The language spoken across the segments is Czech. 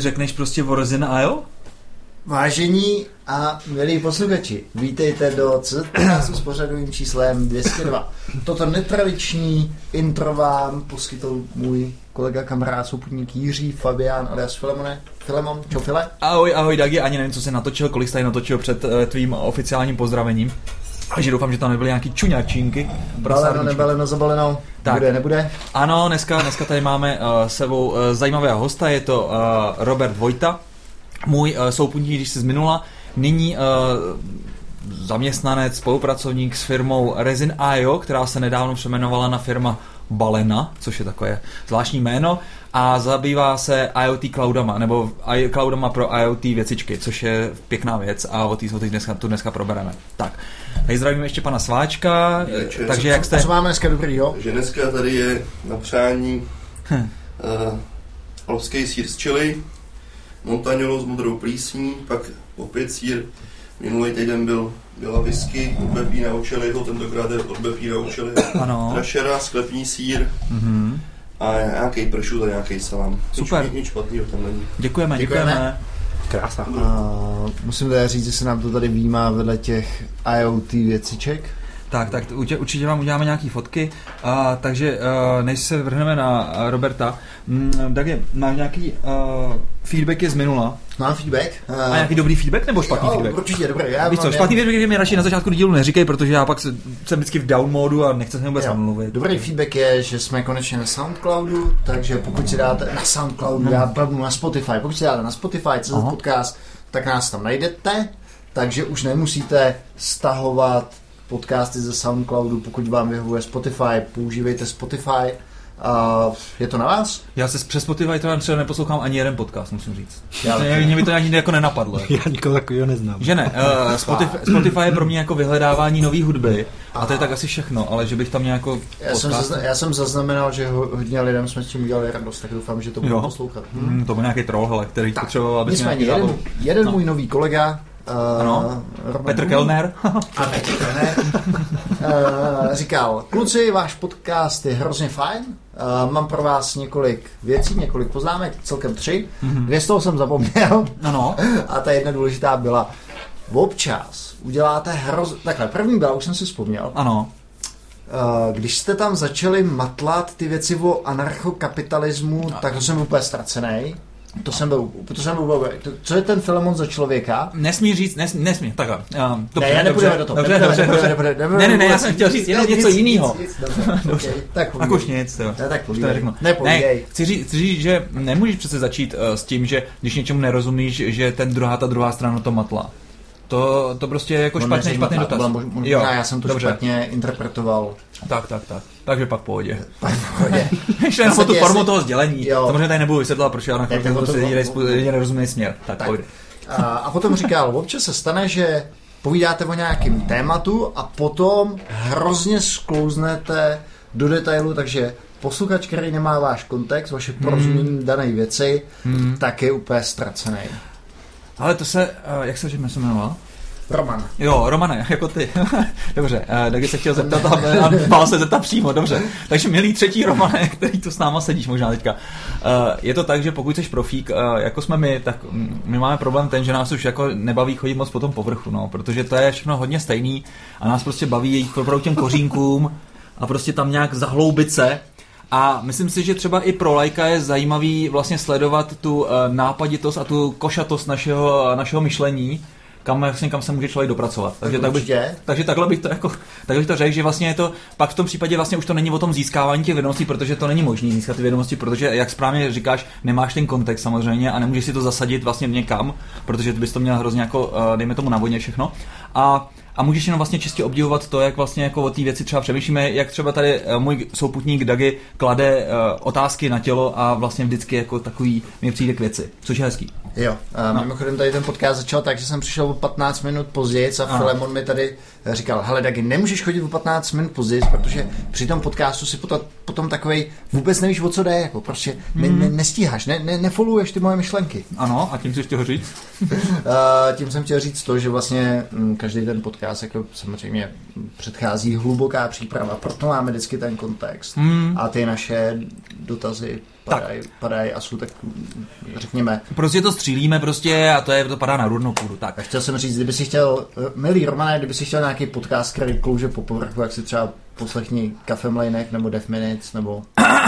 řekneš prostě o Resin.io? Vážení a milí posluchači, vítejte do podcastu s pořadovým číslem 202. Toto netradiční intro vám poskytl můj kolega, kamarád, souputník Jiří Fabián alias Filemon. Čau, File. Ahoj Dagi, ani nevím, co jsi natočil, kolik jsi tady natočil před tvým oficiálním pozdravením. Takže doufám, že tam nebyly nějaký čuňačínky. Nebaleno, zabaleno. Tak. Bude, nebude? Ano, dneska tady máme sebou zajímavého hosta, je to Robert Vojta, můj souputník, když jsi z minula, nyní zaměstnanec, spolupracovník s firmou Resin.io, která se nedávno přejmenovala na firma Balena, což je takové zvláštní jméno, a zabývá se IoT cloudama, nebo cloudama pro IoT věcičky, což je pěkná věc a o těch dneska probereme. Tak, tady zdravíme ještě pana Sváčka, takže jak jste... Co máme dneska dobrý, jo? Takže dneska tady je na přání alpský sýr z chili, montagnolo s modrou plísní, pak opět sýr. Minulý týden byla whisky od Pepína od Chiliho, tentokrát je od Pepína od Chiliho. Trašera, sklepní sýr a nějaký pršut a nějaký salám. Super. Nic špatného tam není. Děkujeme. Krása. Musím teda říct, že se nám to tady výjímá vedle těch IoT věciček. Tak určitě vám uděláme nějaký fotky, takže než se vrhneme na Roberta, tak máš nějaký feedbacky z minula? Mám feedback. A nějaký dobrý feedback nebo špatný feedback? Určitě dobrý. Víš co, špatný feedback mi radši na začátku dílu neříkej, protože já pak jsem vždycky v down modu a nechce se vůbec mluvit. Dobrý feedback je, že jsme konečně na Soundcloudu, takže pokud si dáte na Soundcloudu, já blbnu na Spotify, pokud si dáte na Spotify CZ podcast, tak nás tam najdete, takže už nemusíte stahovat podcasty ze Soundcloudu, pokud vám vyhovuje Spotify, používejte Spotify. Je to na vás? Já se přes Spotify třeba neposlouchám ani jeden podcast, musím říct. Mě by to ani jako nenapadlo. Já nikoho takového neznám. Že ne, Spotify je pro mě jako vyhledávání nový hudby a to je tak asi všechno, ale že bych tam nějakou Já jsem zaznamenal, že hodně lidem jsme s tím udělali radost, tak doufám, že to budou poslouchat. To byl nějaký troll, hele, který potřeboval, aby jsme jeden můj nový kolega, Petr Kellner. Říkal, kluci, váš podcast je hrozně fajn, mám pro vás několik věcí, několik poznámek, celkem 3. 2 z toho jsem zapomněl. A ta jedna důležitá byla, občas uděláte takhle, první byla, už jsem si vzpomněl. Ano. Když jste tam začali matlat ty věci o anarchokapitalismu, tak to jsem byl úplně ztracený. To jsem byl, co je ten Filemon za člověka? Nesmí říct, nesmí, takhle. Ne, nepůjdeme do toho. Ne, já jsem chtěl říct jenom něco jiného. Dobře. Tak už nic, jo. Tak ne, chci říct, že nemůžeš přece začít s tím, že když něčemu nerozumíš, že ta druhá strana to matla. To prostě je jako špatný dotaz. Já jsem to špatně interpretoval. Tak. Takže pak v pohodě. Ještě jenom tu formu toho sdělení. Samozřejmě tady nebudu vysvětlovat, proč já na chvilku se jedině nerozumný směr. Tak. Pojde. A potom říkal, občas se stane, že povídáte o nějakém tématu a potom hrozně sklouznete do detailu, takže posluchač, který nemá váš kontext, vaše porozumění dané věci, tak je úplně ztracený. Ale to se, jak se jmenoval? Roman. Jo, Romane, jako ty. Dobře, taky se chtěl zeptat a bál se zeptat přímo, dobře. Takže milý třetí Romane, který tu s náma sedíš možná teďka. Je to tak, že pokud jsi profík, jako jsme my, tak my máme problém ten, že nás už jako nebaví chodit moc po tom povrchu, no, protože to je všechno hodně stejný a nás prostě baví jít pro těm kořínkům a prostě tam nějak zahloubit se. A myslím si, že třeba i pro laika je zajímavý vlastně sledovat tu nápaditost a tu košatost našeho myšlení, kam se může člověk dopracovat. Takže takhle bych to řekl, že vlastně je to, pak v tom případě vlastně už to není o tom získávání těch vědomostí, protože to není možné získat ty vědomosti, protože jak správně říkáš, nemáš ten kontext samozřejmě a nemůžeš si to zasadit vlastně někam, protože bys to měl hrozně jako, dejme tomu navodně všechno. A můžeš jenom vlastně čistě obdivovat to, jak vlastně jako o té věci třeba přemýšlíme, jak třeba tady můj souputník Dagi klade otázky na tělo a vlastně vždycky jako takový mi přijde k věci, což je hezký. Jo, mimochodem tady ten podcast začal tak, že jsem přišel o 15 minut později a Filemon mi tady říkal, hele Dagi, nemůžeš chodit o 15 minut později, protože při tom podcastu si potom takovej vůbec nevíš, o co jde, jako prostě nestíháš, nefollowuješ ty moje myšlenky. Ano, a tím jsi chtěl říct? Tím jsem chtěl říct to, že vlastně každý ten podcast jako samozřejmě předchází hluboká příprava, proto máme vždycky ten kontext a ty naše dotazy padají a jsou tak, řekněme... Prostě to střílíme prostě a to padá na rudnou půdu, tak. A chtěl jsem říct, kdyby si chtěl, milý Romane, kdyby si chtěl nějaký podcast, který klouže po povrchu, jak si třeba poslechni Cafe Mlejnek nebo Death Minutes, nebo...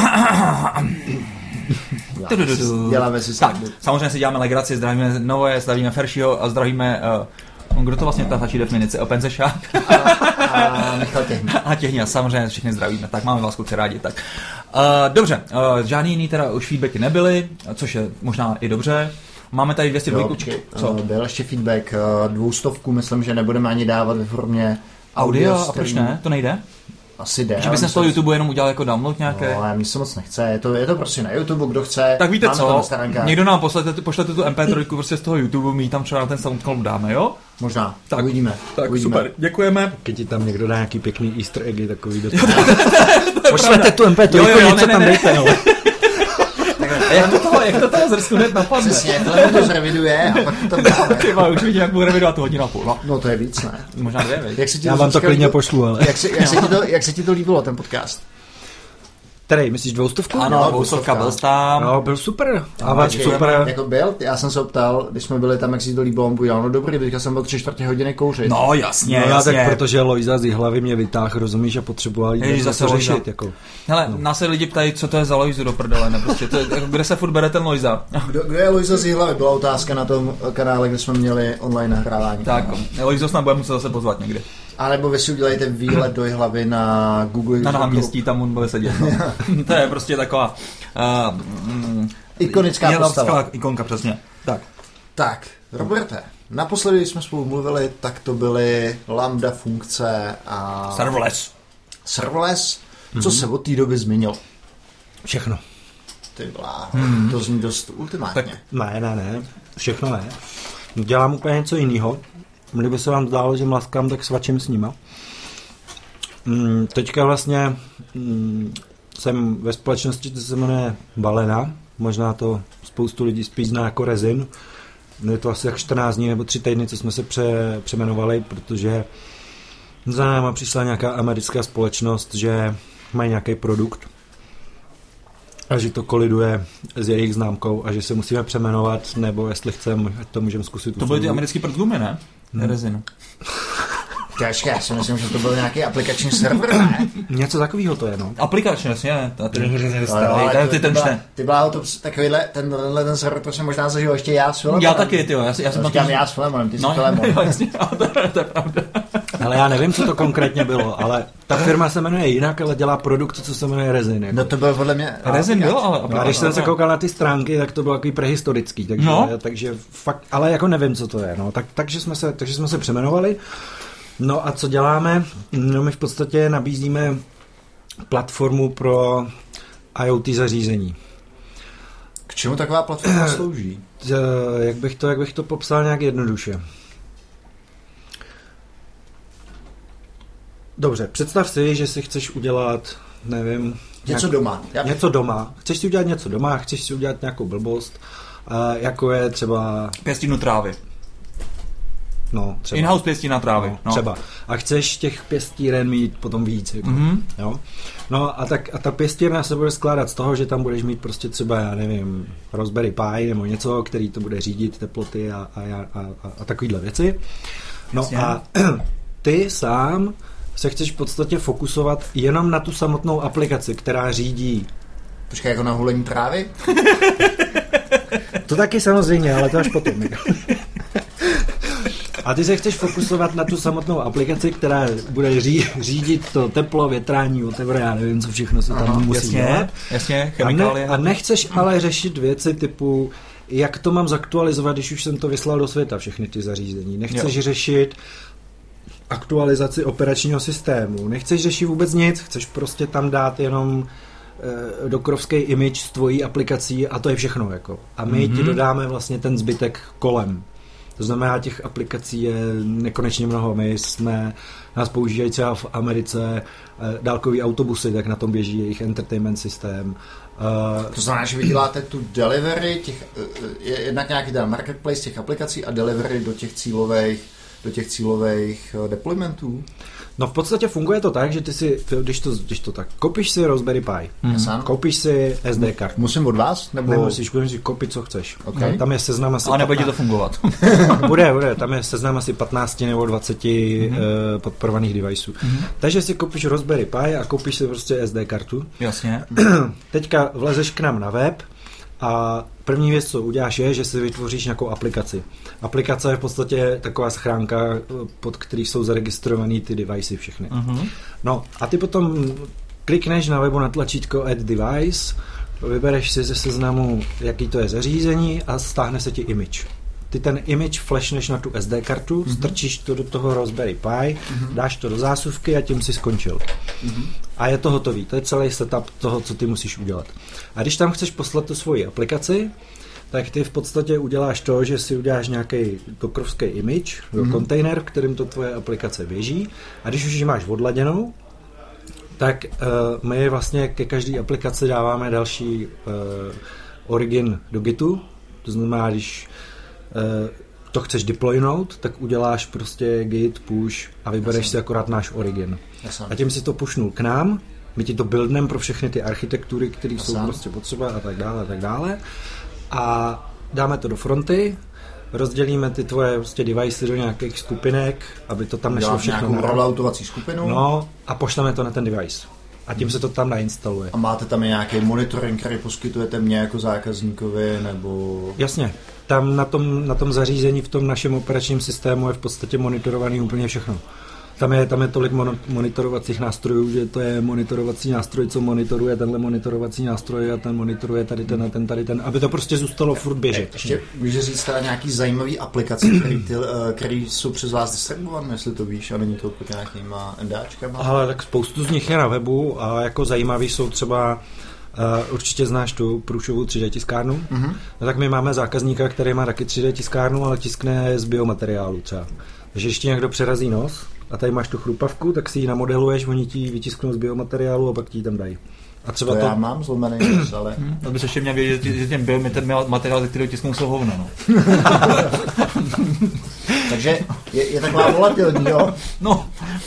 Děláme si tak, samozřejmě si děláme legraci, zdravíme Nové, zdravíme Feršího a zdravíme... kdo to vlastně tačí definici? Penzešák? A Michal Těhní. A Těhní, a samozřejmě všechny zdravíme, tak máme vás kluci rádi. Tak. Dobře, žádný jiný teda už feedbacky nebyly, což je možná i dobře. Máme tady 202. Co? Byl ještě feedback 200, myslím, že nebudeme ani dávat ve formě audio. A proč ne? To nejde? Asi jde. Že bys z toho YouTube jenom udělal jako download nějaké? No, ale mně se moc nechce. Je to prostě na YouTube, kdo chce. Tak víte co? Někdo nám pošlete tu MP3 prostě z toho YouTube, my tam třeba na ten SoundCloud dáme, jo? Možná. Tak uvidíme. Tak uvidíme. Super. Děkujeme. Když ti tam někdo dá nějaký pěkný easter eggy takový. Pošlete tu MP3, něco tam dejte, no. A jak to toho zrsku hned napadne? Přesně, tohle to zreviduje a pak to tam dáme. Tyba, už vidím, jak budu revidovat tu hodinu a půl. No to je víc, ne? Možná 2, veď? Já vám to klidně pošlu, ale... Jak se ti to líbilo, ten podcast? Který, myslíš 200? Ano, 200 byl tam. No, byl super. A super. Jako byl, já jsem se optal, když jsme byli tam, jak si to líbilo, on povídal, no dobrý, teďka jsem byl 3/4 hodiny kouřit. No jasně, no, jasně. Tak protože Lojza z hlavy mě vytáhl, rozumíš, a potřeboval jít zase řešit. Jako. Hele, nás se lidi ptají, co to je za Lojzu do prdele, ne? Prostě to je, kde se furt bere ten Lojza? Kdo je Lojza z hlavy? Byla otázka na tom kanále, kde jsme měli online nahrávání. Tak, Lojzo snad bude muset zase pozvat někdy. A nebo vy si udělejte výlet do Jihlavy na Google. Na náměstí, tam on bude sedět. No. To je prostě taková... ikonická postava. Ikonka, přesně. Tak, Roberte, naposledy, když jsme spolu mluvili, tak to byly lambda funkce a... Serverless. Co se od té doby změnilo? Všechno. Ty blá, to zní dost ultimátně. Tak, ne. Všechno ne. Dělám úplně něco jiného. Kdyby se vám zdálo, že mlaskám, tak svačím s nima. Teďka vlastně jsem ve společnosti, co se jmenuje Balena. Možná to spoustu lidí spíš zná jako Rezin. Je to asi jak 14 dní nebo 3 týdny, co jsme se přeměnovali, protože za náma přišla nějaká americká společnost, že mají nějaký produkt a že to koliduje s jejich známkou a že se musíme přeměnovat, nebo jestli chceme, ať to můžeme zkusit. To byly ty americký protlumy, ne? Rezin. Těžké, já si myslím, že to byl nějaký aplikační server, ne? Něco takového to je, no. Aplikační, jasně. Ty byla to takovýhle, ten server, to jsem možná zažil ještě já s Filemonem. Já taky, tyjo. Já jsem říkám já s Filemonem, ty jsi Filemon. No, jasně, to je pravda. Ale já nevím, co to konkrétně bylo, ale ta firma se jmenuje jinak, ale dělá produkt, co se jmenuje Rezin. Jako. No to byl podle mě... Rezin byl, ale... A když jsem se koukal na ty stránky, tak to bylo takový prehistorický, takže fakt, ale jako nevím, co to je, no. Takže jsme se přeměnovali. No a co děláme? No my v podstatě nabízíme platformu pro IoT zařízení. K čemu taková platforma slouží? Jak bych to popsal nějak jednoduše? Dobře, představ si, že si chceš udělat, nevím... Něco doma. Něco doma. Chceš si udělat něco doma, chceš si udělat nějakou blbost, jako je třeba... Pěstinu trávy. No, třeba. In-house pěstina trávy. No. Třeba. A chceš těch pěstíren mít potom víc. Jako, jo? No a ta pěstírna se bude skládat z toho, že tam budeš mít prostě třeba, já nevím, Raspberry Pi nebo něco, který to bude řídit teploty a takovýhle věci. No jasně. A ty sám se chceš v podstatě fokusovat jenom na tu samotnou aplikaci, která řídí. Počkej, jako na hulení trávy? To taky samozřejmě, ale to až potom. A ty se chceš fokusovat na tu samotnou aplikaci, která bude řídit to teplo, větrání, whatever, já nevím, co všechno se tam musí dělat. Jasně, chemikálie. A nechceš ale řešit věci typu, jak to mám zaktualizovat, když už jsem to vyslal do světa, všechny ty zařízení. Nechceš řešit aktualizaci operačního systému. Nechceš řešit vůbec nic, chceš prostě tam dát jenom dokrovský image s tvojí aplikací a to je všechno. Jako. A my ti dodáme vlastně ten zbytek kolem. To znamená, těch aplikací je nekonečně mnoho. Nás používají třeba v Americe dálkový autobusy, tak na tom běží jejich entertainment systém. To znamená, že vy děláte tu delivery, je jednak nějaký marketplace těch aplikací a delivery do těch cílových deploymentů? No v podstatě funguje to tak, že ty si, když to tak, koupíš si Raspberry Pi, koupíš si SD kartu. Musím od vás? Nebo... Nemusíš, budeš si koupit, co chceš. Okay. Tam je seznam asi... Ale nebude to fungovat. bude, tam je seznam asi 15 nebo 20 podporovaných deviceů. Takže si koupíš Raspberry Pi a koupíš si prostě SD kartu. Jasně. Teďka vlezeš k nám na web a první věc, co uděláš, je, že si vytvoříš nějakou aplikaci. Aplikace je v podstatě taková schránka, pod který jsou zaregistrovaný ty devicey všechny. No a ty potom klikneš na webu na tlačítko Add Device, vybereš si ze seznamu, jaký to je zařízení a stáhne se ti image. Ty ten image flashneš na tu SD kartu, strčíš to do toho Raspberry Pi, dáš to do zásuvky a tím si skončil. A je to hotový. To je celý setup toho, co ty musíš udělat. A když tam chceš poslat tu svoji aplikaci, tak ty v podstatě uděláš to, že si uděláš nějaký dokrovský image, kontejner, v kterým to tvoje aplikace běží. A když už ji máš odladěnou, tak my vlastně ke každé aplikaci dáváme další origin do Gitu. To znamená, když to chceš deploynout, tak uděláš prostě git, push a vybereš si akorát náš origin. A tím si to pushnul k nám, my ti to buildneme pro všechny ty architektury, které jsou prostě potřeba a tak dále. A dáme to do fronty, rozdělíme ty tvoje prostě device do nějakých skupinek, aby to tam nešlo všechno. Nějakou rolloutovací skupinu. No a pošleme to na ten device. A tím se to tam nainstaluje. A máte tam nějaký monitoring, který poskytujete mě jako zákazníkovi, nebo... Jasně. Tam na tom zařízení v tom našem operačním systému je v podstatě monitorovaný úplně všechno. Tam je tolik monitorovacích nástrojů, že to je monitorovací nástroj, co monitoruje tenhle monitorovací nástroj a ten monitoruje tady ten a tady ten, aby to prostě zůstalo furt běžet. Ještě můžeš říct teda nějaký zajímavý aplikace, který jsou přes vás distribuované, jestli to víš, a není to pod nějakýma NDAčkama? Ale tak spoustu z nich je na webu a jako zajímavý jsou třeba určitě znáš tu průšovou 3D tiskárnu. No tak my máme zákazníka, který má taky 3D tiskárnu, ale tiskne z biomateriálu třeba. Takže ještě někdo přerazí nos a tady máš tu chrupavku, tak si ji namodeluješ, oni ti vytisknou z biomateriálu a pak ti ji tam dají. A třeba to já mám zlomený nos, ale... To bys ještě měl vědět, že ten biomateriál, který tisknou, jsou hovno, no. Takže je taková volatilní, jo? No.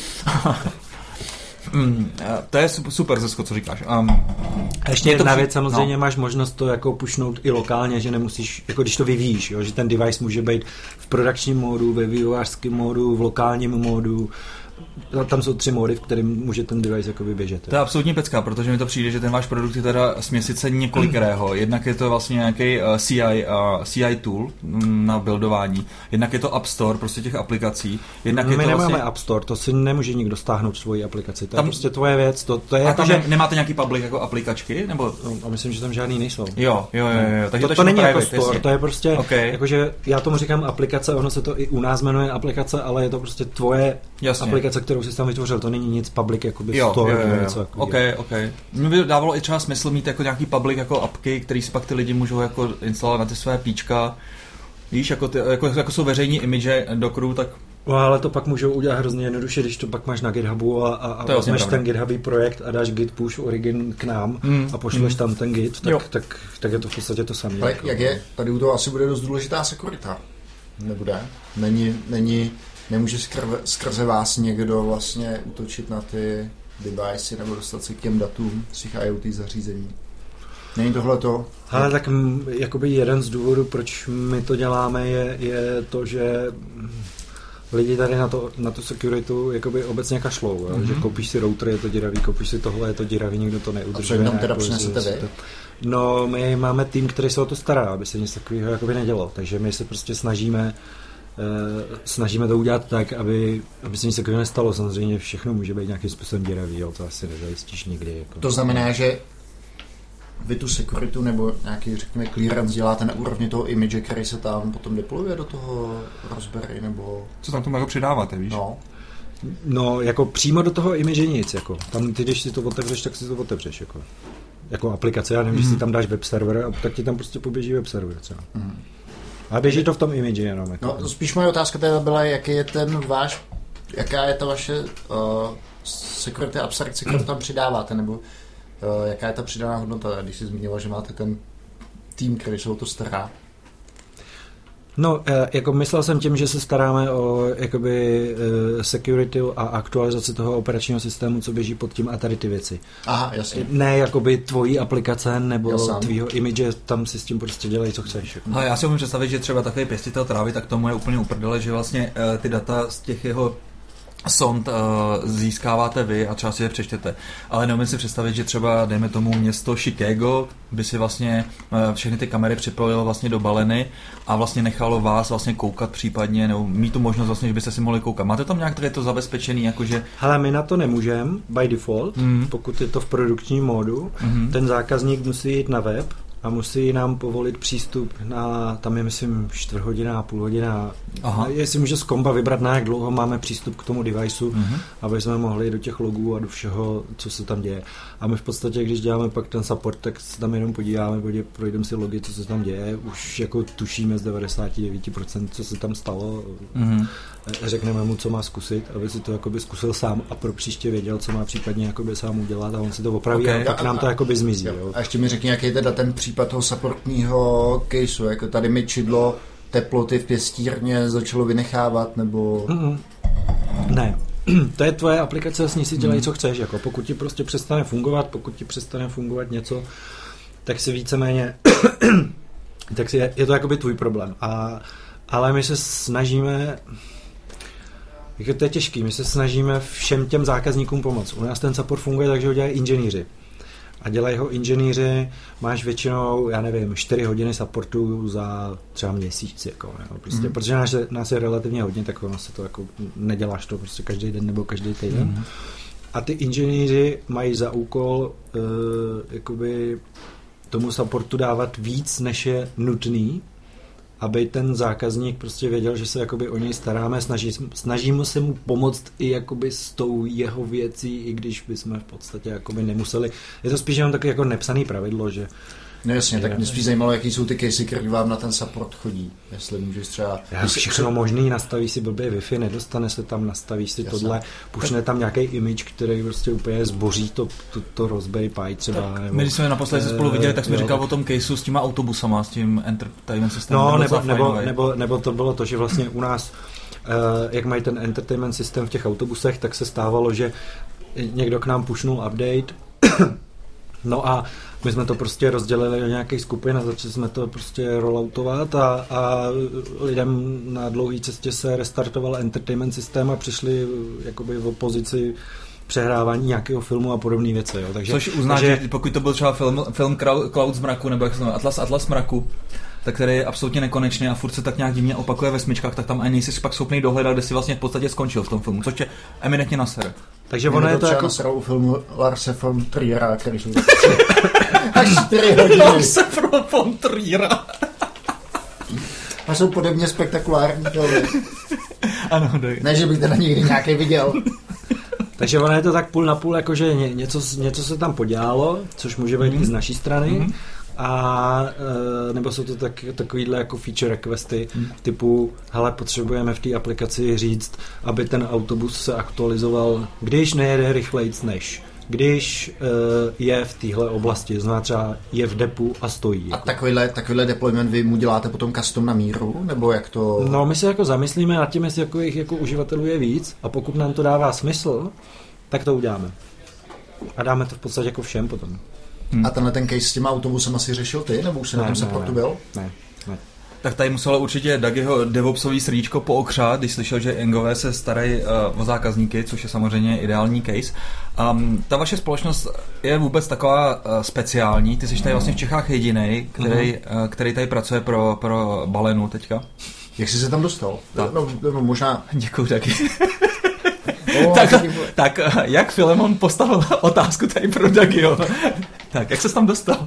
To je super, Zesko, co říkáš. A ještě jedna věc, samozřejmě máš možnost to jako pushnout i lokálně, že nemusíš, jako když to vyvíjíš, jo, že ten device může být v produkčním módu, ve vývojářském módu, v lokálním módu. Tam jsou 3 módy, v kterém může ten device jako běžet. To je absolutní pecka, protože mi to přijde, že ten váš produkt je teda směsice několikerého. Jednak je to vlastně nějaký CI tool na buildování, jednak je to App Store, prostě těch aplikací. Jednak je my to nemáme vlastně... App Store, to si nemůže nikdo stáhnout svoji aplikaci, to je prostě tvoje věc. To je jako, že... Nemáte nějaký public jako aplikačky? Nebo... A myslím, že tam žádný nejsou. Jo. Takže to není private, jako store, to je prostě, okay. Jakože já tomu říkám aplikace, ono se to i u nás jmenuje aplikace, ale je to prostě tvoje aplikace, kterou jsi tam vytvořil, to není nic public, jakoby store nebo něco takového. Okay. Mně by dávalo i třeba smysl mít jako nějaký public jako apky, který si pak ty lidi můžou jako instalovat na ty své píčka. Víš, jako jsou veřejní image Dockeru, tak... No, ale to pak můžou udělat hrozně jednoduše, když to pak máš na GitHubu a vezmeš ten GitHubý projekt a dáš git push origin k nám a pošleš tam ten git, tak je to v podstatě to samé. Ale jak je, tady u toho asi bude dost důležitá sekurita. Nebude? Nemůže skrze vás někdo vlastně útočit na ty device nebo dostat se k těm datům z těch IoT zařízení? Není tohle to? Ale tak jakoby jeden z důvodů, proč my to děláme, je to, že lidi tady na tu securitu jakoby obecně kašlou, že koupíš si router, je to děravý, koupíš si tohle, je to děravý, nikdo to neudržuje. A co jenom teda přinesete vy? No, my máme tým, který se o to stará, aby se nic takového jakoby nedělo, takže my se prostě snažíme to udělat tak, aby se nic takového nestalo. Samozřejmě všechno může být nějakým způsobem děravý, jo, to asi nezajistíš nikdy. Jako. To znamená, že vy tu securitu nebo nějaký, řekněme, clearance děláte na úrovni toho image, který se tam potom deployuje do toho Raspberry, nebo... Co tam tomu jako přidáváte, víš? No, jako přímo do toho image nic, jako. Tam ty, když si to otevřeš, tak si to otevřeš, jako aplikace, já nevím, když si tam dáš web server, tak ti tam prostě poběží web server, třeba. A běží to v tom image jenom. Jako. No, spíš moje otázka teda byla, jaká je ta vaše security abstrakce, kterou tam přidáváte, nebo jaká je ta přidaná hodnota, když jsi zmínila, že máte ten tým, který se o to stará. No, jako myslel jsem tím, že se staráme o jakoby security a aktualizaci toho operačního systému, co běží pod tím a tady ty věci. Aha, jasně. Ne jakoby tvojí aplikace nebo tvýho image, tam si s tím prostě dělej, co chceš. A já si umím představit, že třeba takový pěstitel trávy, tak tomu je úplně uprdele, že vlastně ty data z těch jeho sond získáváte vy a třeba si je přečtěte. Ale neumím si představit, že třeba, dejme tomu, město Chicago by si vlastně všechny ty kamery připojilo vlastně do baleny a vlastně nechalo vás vlastně koukat případně, nebo mít tu možnost vlastně, že byste si mohli koukat. Máte tam nějak to zabezpečený, jakože... Hele, my na to nemůžeme, by default, pokud je to v produkčním módu. Ten zákazník musí jít na web a musí nám povolit přístup na, tam je myslím 4 hodina, půl hodina. Aha. Jestli může z komba vybrat, na jak dlouho máme přístup k tomu deviceu, aby jsme mohli do těch logů a do všeho, co se tam děje. A my v podstatě, když děláme pak ten support, tak se tam jenom podíváme, projdeme si logy, co se tam děje. Už jako tušíme z 99%, co se tam stalo. Řekneme mu, co má zkusit, aby si to jakoby zkusil sám a pro příště věděl, co má případně jakoby sám udělat a on si to opraví a pak nám to jakoby zmizí. Jo. A ještě mi řekni, jaký je teda ten případ toho supportního caseu, jako tady mi čidlo teploty v pěstírně začalo vynechávat, nebo... Ne. To je tvoje aplikace, s ní si dělají, co chceš. Jako pokud ti prostě přestane fungovat něco, tak si víceméně... tak je to jakoby tvůj problém. Ale my se snažíme... Jako to je těžký, my se snažíme všem těm zákazníkům pomoct. U nás ten support funguje tak, že ho dělají inženýři. A dělají ho inženýři, máš většinou, já nevím, 4 hodiny supportu za třeba měsíc, jako, prostě, protože nás je relativně hodně, tak ono se to jako, neděláš to prostě každý den nebo každý týden. A ty inženýři mají za úkol jakoby tomu supportu dávat víc, než je nutný, aby ten zákazník prostě věděl, že se jakoby o něj staráme, snažíme se mu pomoct i jakoby s tou jeho věcí, i když bychom v podstatě jakoby nemuseli. Je to spíš jenom taky jako nepsaný pravidlo, že... No jasně, tak mě spíš zajímalo, jaký jsou ty casey, který vám na ten support chodí. Jestli můžeš třeba... Všechno možný, nastavíš si blbě Wi-Fi, nedostane se tam, nastavíš si tohle, pušne tam nějaký image, který prostě úplně zboří to Raspberry Pi třeba. Nebo, my když jsme naposledy se spolu viděli, tak jsme říkal o tom caseu s těma autobusama, s tím entertainment systemem. No, nebo to bylo to, že vlastně u nás, jak mají ten entertainment systém v těch autobusech, tak se stávalo, že někdo k nám pušnul update, no a my jsme to prostě rozdělili do nějakých skupin a začali jsme to prostě rolloutovat a lidem na dlouhé cestě se restartoval entertainment systém a přišli jakoby v opozici přehrávání nějakého filmu a podobné věci. Jo. Takže, což uznáš, že pokud to byl třeba film Cloud z mraku nebo jak se jmenuje, Atlas mraku, tak který je absolutně nekonečný a furt se tak nějak divně opakuje ve smyčkách, tak tam ani nejsi pak schopný dohledat, kde si vlastně v podstatě skončil v tom filmu, což je eminentně na sere. Takže ono je to jako... u filmu Larse von Triera, který jsou až 4 hodiny. Larse von Triera. A jsou podobně spektakulární filmy. Ano, ne, že bych teda nikdy nějaký viděl. Takže ono je to tak půl na půl, jakože něco se tam podělalo, což může být i z naší strany, a nebo jsou to takovýhle jako feature requesty typu, hele, potřebujeme v té aplikaci říct, aby ten autobus se aktualizoval, když nejede rychlejc než, když je v téhle oblasti, znamená třeba je v depu a stojí. A takovýhle deployment vy mu děláte potom custom na míru, nebo jak to... No, my se jako zamyslíme nad tím, jestli jako jich jako uživatelů je víc a pokud nám to dává smysl, tak to uděláme. A dáme to v podstatě jako všem potom. A tenhle ten case s těma autobusem asi řešil ty, nebo už se na tom supportu byl? Ne. Tak tady muselo určitě Dagiho DevOpsový srdíčko pookřát, když slyšel, že Engové se starají o zákazníky, což je samozřejmě ideální case. Ta vaše společnost je vůbec taková speciální, ty jsi tady vlastně v Čechách jedinej, který tady pracuje pro Balenu teďka. Jak jsi se tam dostal? No, možná... Děkuju taky. Tak jak Filemon postavil otázku tady pro Dagiho? Tak, jak ses tam dostal?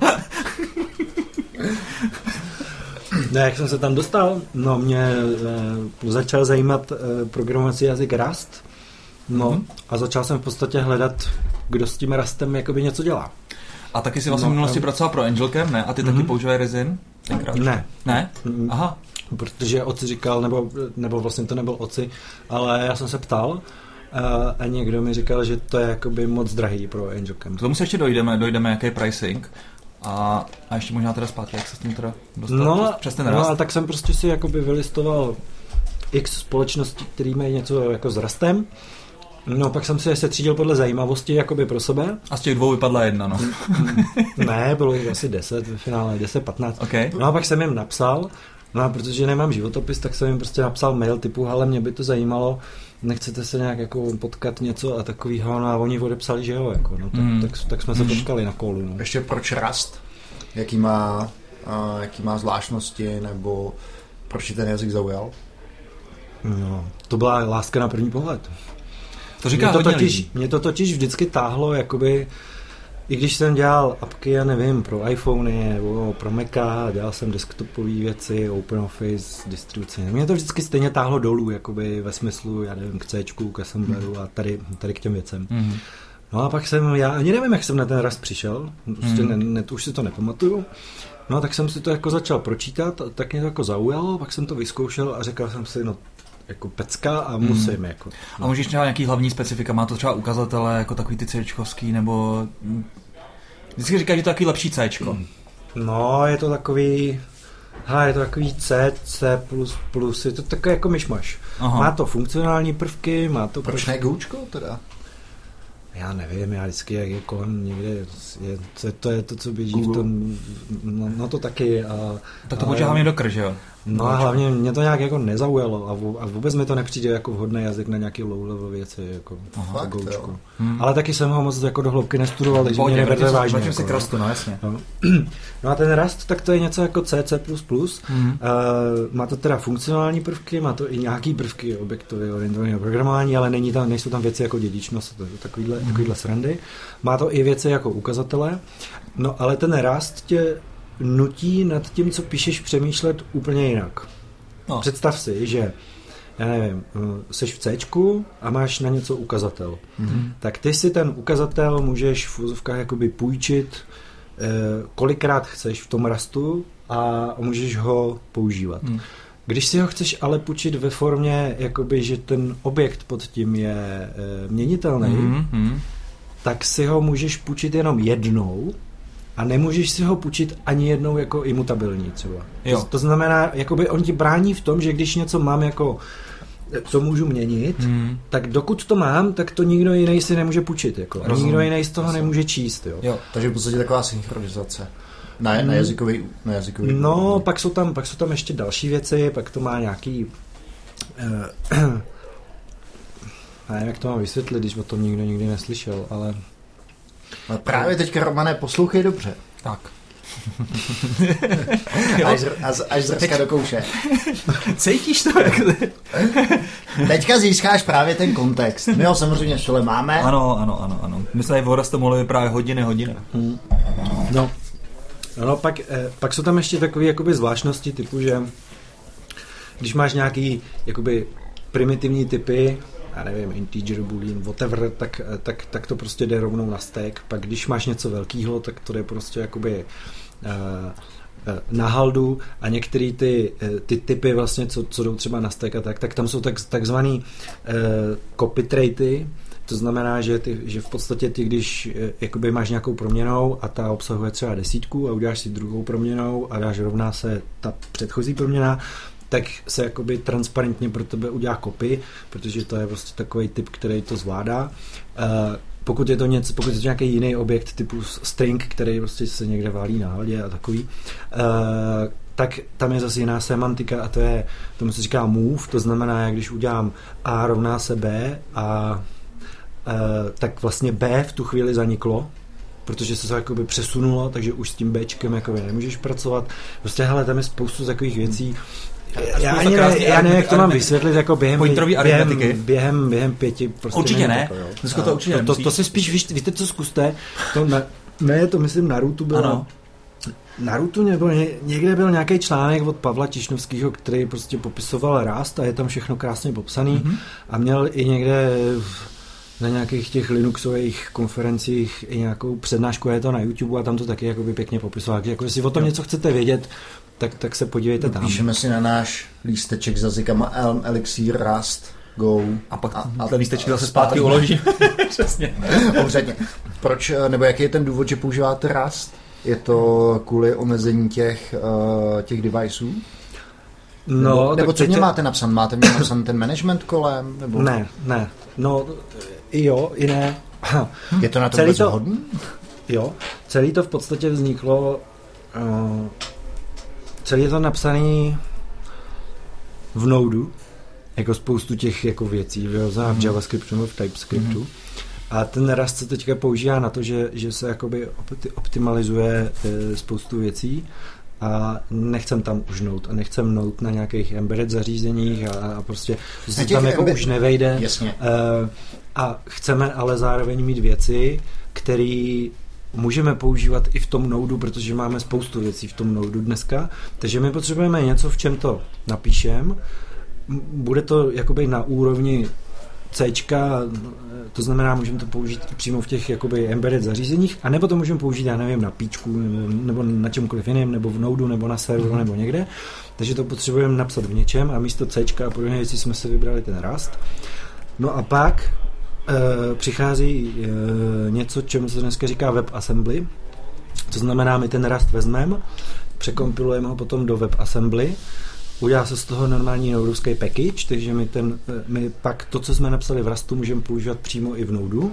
Ne, jak jsem se tam dostal? No, mě začal zajímat programovací jazyk Rust. No, a začal jsem v podstatě hledat, kdo s tím Rustem jakoby něco dělá. A taky jsi vlastně v minulosti pracoval pro AngelCam, ne? A ty taky používají Resin? Ne. Ne? Aha. Protože Oci říkal, nebo vlastně to nebyl Oci, ale já jsem se ptal a někdo mi říkal, že to je jakoby moc drahý pro AngelCam. K tomu se ještě dojdeme jaký pricing. A ještě možná teda zpátky, jak se s tím teda dostat přes ten rast? No, ale tak jsem prostě si jakoby vylistoval x společností, který mají něco jako s rastem. No, pak jsem si je setřídil podle zajímavosti jakoby pro sebe. A z těch 2 vypadla 1, no. Ne, bylo jich asi 10 ve finále, 10-15. Okay. No a pak jsem jim napsal, no a protože nemám životopis, tak jsem jim prostě napsal mail typu, ale mě by to zajímalo, nechcete se nějak jako potkat něco a takovýho, no a oni odepsali, že jo, jako, no, tak jsme se potkali na kolu. No. Ještě proč rast? Jaký má zvláštnosti, nebo proč ten jazyk zaujal? No, to byla láska na první pohled. To říká mě to totiž vždycky táhlo, jakoby, i když jsem dělal apky, já nevím, pro iPhony nebo pro Maca, dělal jsem desktopové věci, OpenOffice, distribuci. Mě to vždycky stejně táhlo dolů, jakoby ve smyslu, já nevím, k Cčku, k assembleru a tady k těm věcem. No a pak já ani nevím, jak jsem na ten rast přišel, prostě už si to nepamatuju. No tak jsem si to jako začal pročítat, tak mě to jako zaujalo, pak jsem to vyzkoušel a říkal jsem si, no jako pecka a musím jako. No. A můžeš třeba nějaký hlavní specifika, má to třeba ukazatele jako takový ty C-čkovský, nebo vždycky říkáš, že to je takový lepší C-čko. No, je to takový C, C++, je to takový jako myšmaš. Aha. Má to funkcionální prvky, má to... Proč ne Goučko teda? Já nevím, já vždycky, jak je kolem někde, to je to, co běží Google. V tom, no to taky. Tak to potěhá mě do krž, jo? No a hlavně mě to nějak jako nezaujalo a vůbec mi to nepřijde jako vhodný jazyk na nějaký low-level věci, jako Goučko. Ale taky jsem ho moc jako do hloubky nestudoval, takže mě neberte vážně. Jako, si krastu, no jasně. No a ten Rust, tak to je něco jako C++. Má to teda funkcionální prvky, má to i nějaký prvky objektově orientovaného programování, ale nejsou tam věci jako dědičnost, takovýhle srandy. Má to i věci jako ukazatele, no ale ten Rust tě nutí nad tím, co píšeš, přemýšlet úplně jinak. No. Představ si, že já nevím, seš v Cčku a máš na něco ukazatel. Tak ty si ten ukazatel můžeš v úzovkách jakoby půjčit kolikrát chceš v tom Rustu a můžeš ho používat. Když si ho chceš ale půjčit ve formě, jakoby, že ten objekt pod tím je měnitelný, tak si ho můžeš půjčit jenom jednou a nemůžeš si ho půjčit ani jednou jako imutabilní třeba. To znamená, jakoby on ti brání v tom, že když něco mám jako co můžu měnit, tak dokud to mám, tak to nikdo jiný si nemůže půjčit. Jako. A nikdo jiný z toho nemůže číst. Jo. Takže v podstatě taková synchronizace. Na jazykový. No, pak jsou tam ještě další věci, pak to má nějaký nevím, jak to mám vysvětlit, když o tom nikdo nikdy neslyšel, ale právě teďka, Romane, poslouchej dobře. Tak. Až zrska do kouše. Cítíš to? Teďka získáš právě ten kontext. My ho samozřejmě v škole máme. Ano. My jsme v Horastu mohli vyprávět hodiny. No, pak jsou tam ještě takové jakoby zvláštnosti typu, že když máš nějaký jakoby primitivní typy, já nevím, integer, boolean, whatever, tak to prostě jde rovnou na stack. Pak když máš něco velkýho, tak to jde prostě jakoby na haldu a některé ty typy vlastně, co jdou třeba na stack a tak tam jsou takzvaný copy traity. To znamená, že v podstatě ty, když jakoby máš nějakou proměnou a ta obsahuje třeba 10 a uděláš si druhou proměnou a dáš rovná se ta předchozí proměna, tak se jakoby transparentně pro tebe udělá copy, protože to je prostě takový typ, který to zvládá. Pokud je to nějaký jiný objekt typu string, který prostě se někde válí na hladě a takový, tak tam je zase jiná semantika a tomu se říká move, to znamená, jak když udělám A rovná se B tak vlastně B v tu chvíli zaniklo, protože se to jakoby přesunulo, takže už s tím Bčkem jakoby nemůžeš pracovat. Prostě hele, tam je spoustu takových věcí. Já nevím, jak to mám vysvětlit, jako během 5 prostě. Určitě ne. To si spíš, víte co, zkuste. To myslím Naruto bylo. Naruto nebo někde byl nějaký článek od Pavla Tišnovského, který prostě popisoval Rust a je tam všechno krásně popsaný a měl i někde na nějakých těch Linuxových konferencích i nějakou přednášku, je to na YouTube a tam to taky jakoby pěkně popisoval. Jako, jestli o tom něco chcete vědět, tak se podívejte tam. Píšeme si na náš lísteček s jazykama Elm, Elixir, Rust, Go. A pak ten lísteček zase zpátky uloží. Přesně. Obřadně. Proč, nebo jaký je ten důvod, že používáte Rust? Je to kvůli omezení těch deviceů? No, nebo co mě máte napsan? Máte mě napsan ten management kolem? Nebo... Ne. No, i jo, i ne. Je to na to vůbec hodný? Jo, celý to v podstatě vzniklo, celý je to napsaný v Nodu, jako spoustu těch jako věcí, v JavaScriptu nebo v TypeScriptu. A ten Rust se teďka používá na to, že se jakoby optimalizuje spoustu věcí a nechcem tam už Node a nechcem Node na nějakých embedded zařízeních a prostě se tam jako už nevejde. Jasně. A chceme ale zároveň mít věci, které můžeme používat i v tom Nodu, protože máme spoustu věcí v tom Nodu dneska, takže my potřebujeme něco, v čem to napíšeme. Bude to jakoby na úrovni Cčka, to znamená, můžeme to použít i přímo v těch jakoby embedded zařízeních, anebo to můžeme použít, já nevím, na Píčku, nebo na čemkoliv jiném, nebo v Nodu, nebo na serveru, nebo někde. Takže to potřebujeme napsat v něčem a místo Cčka a podobně věcí jsme si vybrali ten Rust. No a pak přichází něco, čemu se dneska říká WebAssembly. To znamená, my ten Rust vezmeme, překompilujeme ho potom do WebAssembly, udělá se z toho normální nodovský package, takže my pak to, co jsme napsali v Rustu, můžeme používat přímo i v Nodu.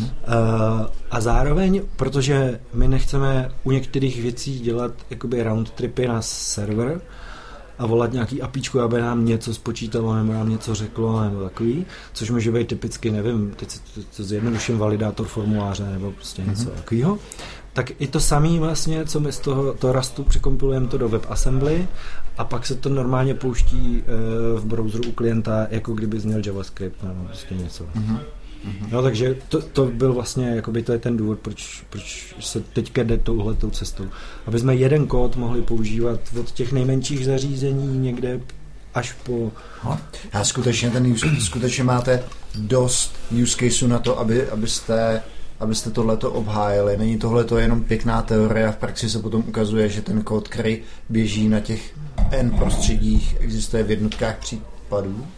A zároveň, protože my nechceme u některých věcí dělat jakoby round tripy na server a volat nějaký APIčko, aby nám něco spočítalo nebo nám něco řeklo nebo takový, což může být typicky, nevím, teď to zjednoduším validátor formuláře nebo prostě něco takového. Tak i to samé vlastně, co my z toho Rustu překompilujeme to do WebAssembly a pak se to normálně pouští v browseru u klienta, jako kdyby zněl JavaScript nebo prostě něco. No, takže to byl vlastně, jakoby to je ten důvod, proč se teďka jde touhletou cestou. Aby jsme jeden kód mohli používat od těch nejmenších zařízení někde až po... A skutečně máte dost use caseů na to, abyste tohleto obhájili. Není tohleto jenom pěkná teorie a v praxi se potom ukazuje, že ten kód, který běží na těch N prostředích, existuje v jednotkách případů?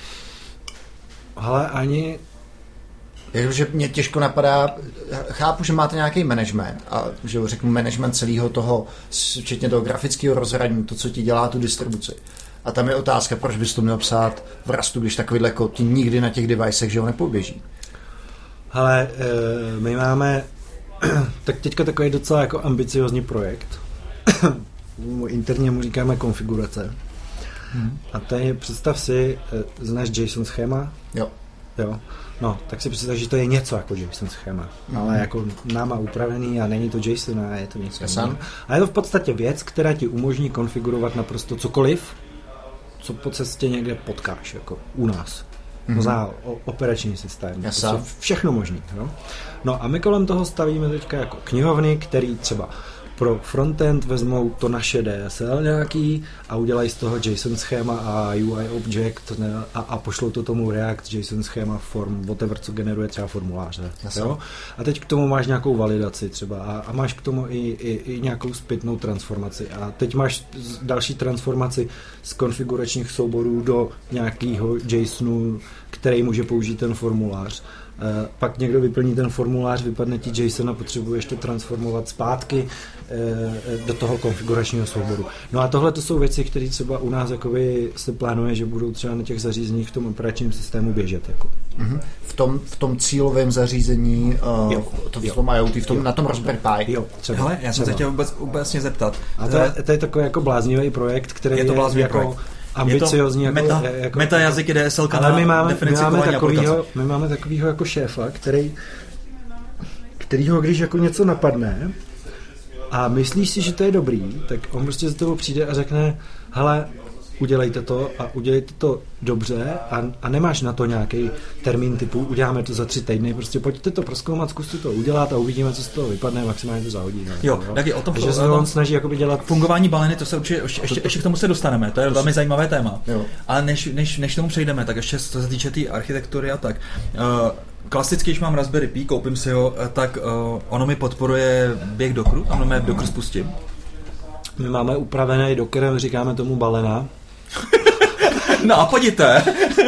Ale ani... Takže mě těžko napadá, chápu, že máte nějaký management a že řeknu management celého toho, včetně toho grafického rozhraní, to, co ti dělá tu distribuci. A tam je otázka, proč bys to měl psát v Rustu, když takovýhle kód ti nikdy na těch devicech, že ho nepoběží. Ale my máme tak teďka takový docela jako ambiciozní projekt. Interně mu říkáme konfigurace. A to je, představ si, znáš JSON schéma? Jo. No, tak si představ, že to je něco jako JSON schéma. Ale jako náma upravený a není to JSON a je to něco. A je to v podstatě věc, která ti umožní konfigurovat naprosto cokoliv, co po cestě někde potkáš, jako u nás. Za operační systém. Prostě všechno možný. No a my kolem toho stavíme teďka jako knihovny, který třeba pro frontend vezmou to naše DSL nějaký a udělají z toho JSON schéma a UI object a pošlou to tomu React JSON schéma form, whatever, co generuje třeba formuláře. Jo? A teď k tomu máš nějakou validaci třeba a máš k tomu i nějakou zpětnou transformaci. A teď máš další transformaci z konfiguračních souborů do nějakého JSONu, který může použít ten formulář. Pak někdo vyplní ten formulář, vypadne ti JSON a potřebuješ to transformovat zpátky do toho konfiguračního souboru. No a tohle to jsou věci, které třeba u nás jakoby se plánuje, že budou třeba na těch zařízeních v tom operačním systému běžet. Jako. V tom cílovém zařízení, v tom IoT, na tom Raspberry Pi. Jo, třeba. Hele, já jsem se chtěl vůbec zeptat. A to je takový jako bláznivý projekt, který je jako ambiciozní jako meta jazyky DSL, ale my máme takovýho jako šéfa, kterýho, když jako něco napadne a myslíš si, že to je dobrý, tak on prostě za tebou přijde a řekne, hele, udělejte to a udělejte to dobře a nemáš na to nějaký termín typu uděláme to za 3 týdny, prostě pojďte to prozkoumat, zkuste to udělat a uvidíme, co z toho vypadne, maximálně to za hodinu. Jo, taky o tom, že se on snaží jakoby dělat fungování baleny, to se určitě ještě k tomu se dostaneme, to je velmi zajímavé téma. Jo. Ale než tomu přejdeme, tak ještě co se týče té architektury a tak. Klasicky, když mám Raspberry Pi, koupím si ho, tak ono mi podporuje běh Dockeru, tam mě Docker spustím. My máme upravený Dockerem, říkáme tomu balena. No a pojďte.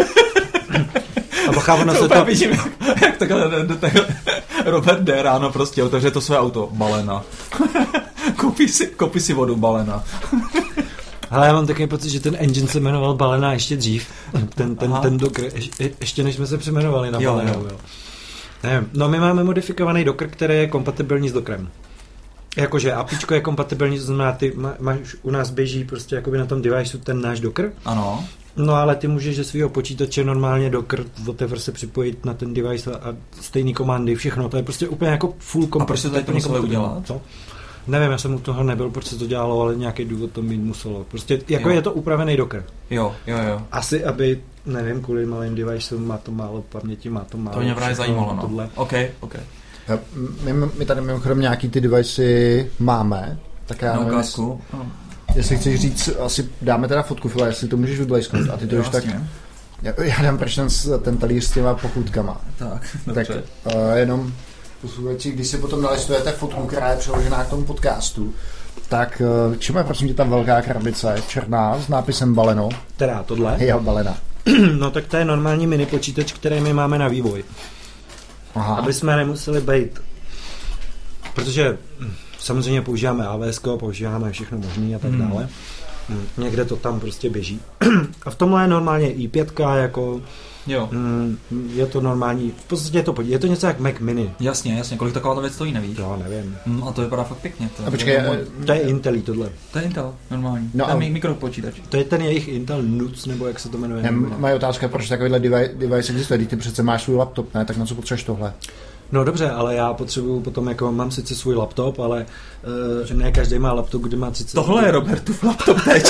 A pocháváno se to... Vidím, jak takhle Robert D. ráno prostě otevře to své auto. Balena. Koupí si vodu Balena. Ale já mám takový pocit, že ten engine se jmenoval Balena ještě dřív. Ten Docker, ještě než jsme se přeměnovali na Balena. Jo. Nevím. No my máme modifikovaný Docker, který je kompatibilní s Dockerem. Jakože APIčko je kompatibilní, to znamená, ty u nás běží prostě jakoby na tom deviceu ten náš Docker. Ano. No ale ty můžeš ze svého počítače normálně Docker whatever se připojit na ten device a stejný komandy, všechno. To je prostě úplně jako full kompatibilní. A proč se to tady museli udělat? Co? Nevím, já jsem u toho nebyl, proč se to dělalo, ale nějaký důvod to mít muselo. Prostě jako je to upravený Docker. Jo. Asi, aby, nevím, kvůli malým devicem má to málo paměti, má to málo. To mě právě zajímalo, no. Tohle. OK. My tady mimochodem nějaký ty devicey máme, tak já nevím, jestli chceš říct, asi dáme teda fotku, Fila, jestli to můžeš odlejsknout a ty to už tak... Já dám proč ten talíř s těma pochutkama. Tak jenom posluchači, když si potom nalistujete fotku, která je přeložená k tomu podcastu, tak čemu je prosím tě ta velká krabice, černá, s nápisem Baleno? Teda tohle? Jo, Balena. No tak to je normální mini počítač, který my máme na vývoj. Aha. Aby jsme nemuseli bejt. Protože samozřejmě používáme AWS, používáme všechno možný a tak dále. Někde to tam prostě běží. A v tomhle je normálně i5, jako jo. Je to normální, v podstatě je to něco jak Mac Mini. Jasně, kolik taková věc stojí, nevíš? Jo, nevím. A to vypadá fakt pěkně. To je Intel tohle. To je Intel, normální. No, to je mikropočítač. To je ten jejich Intel NUC, nebo jak se to jmenuje. Moje otázka, proč takovýhle device existuje, ty přece máš svůj laptop, ne? Tak na co potřebuješ tohle? No dobře, ale já potřebuju potom, jako mám sice svůj laptop, ale ne každý má laptop, kde má 30... Tohle je Robertův laptop teď.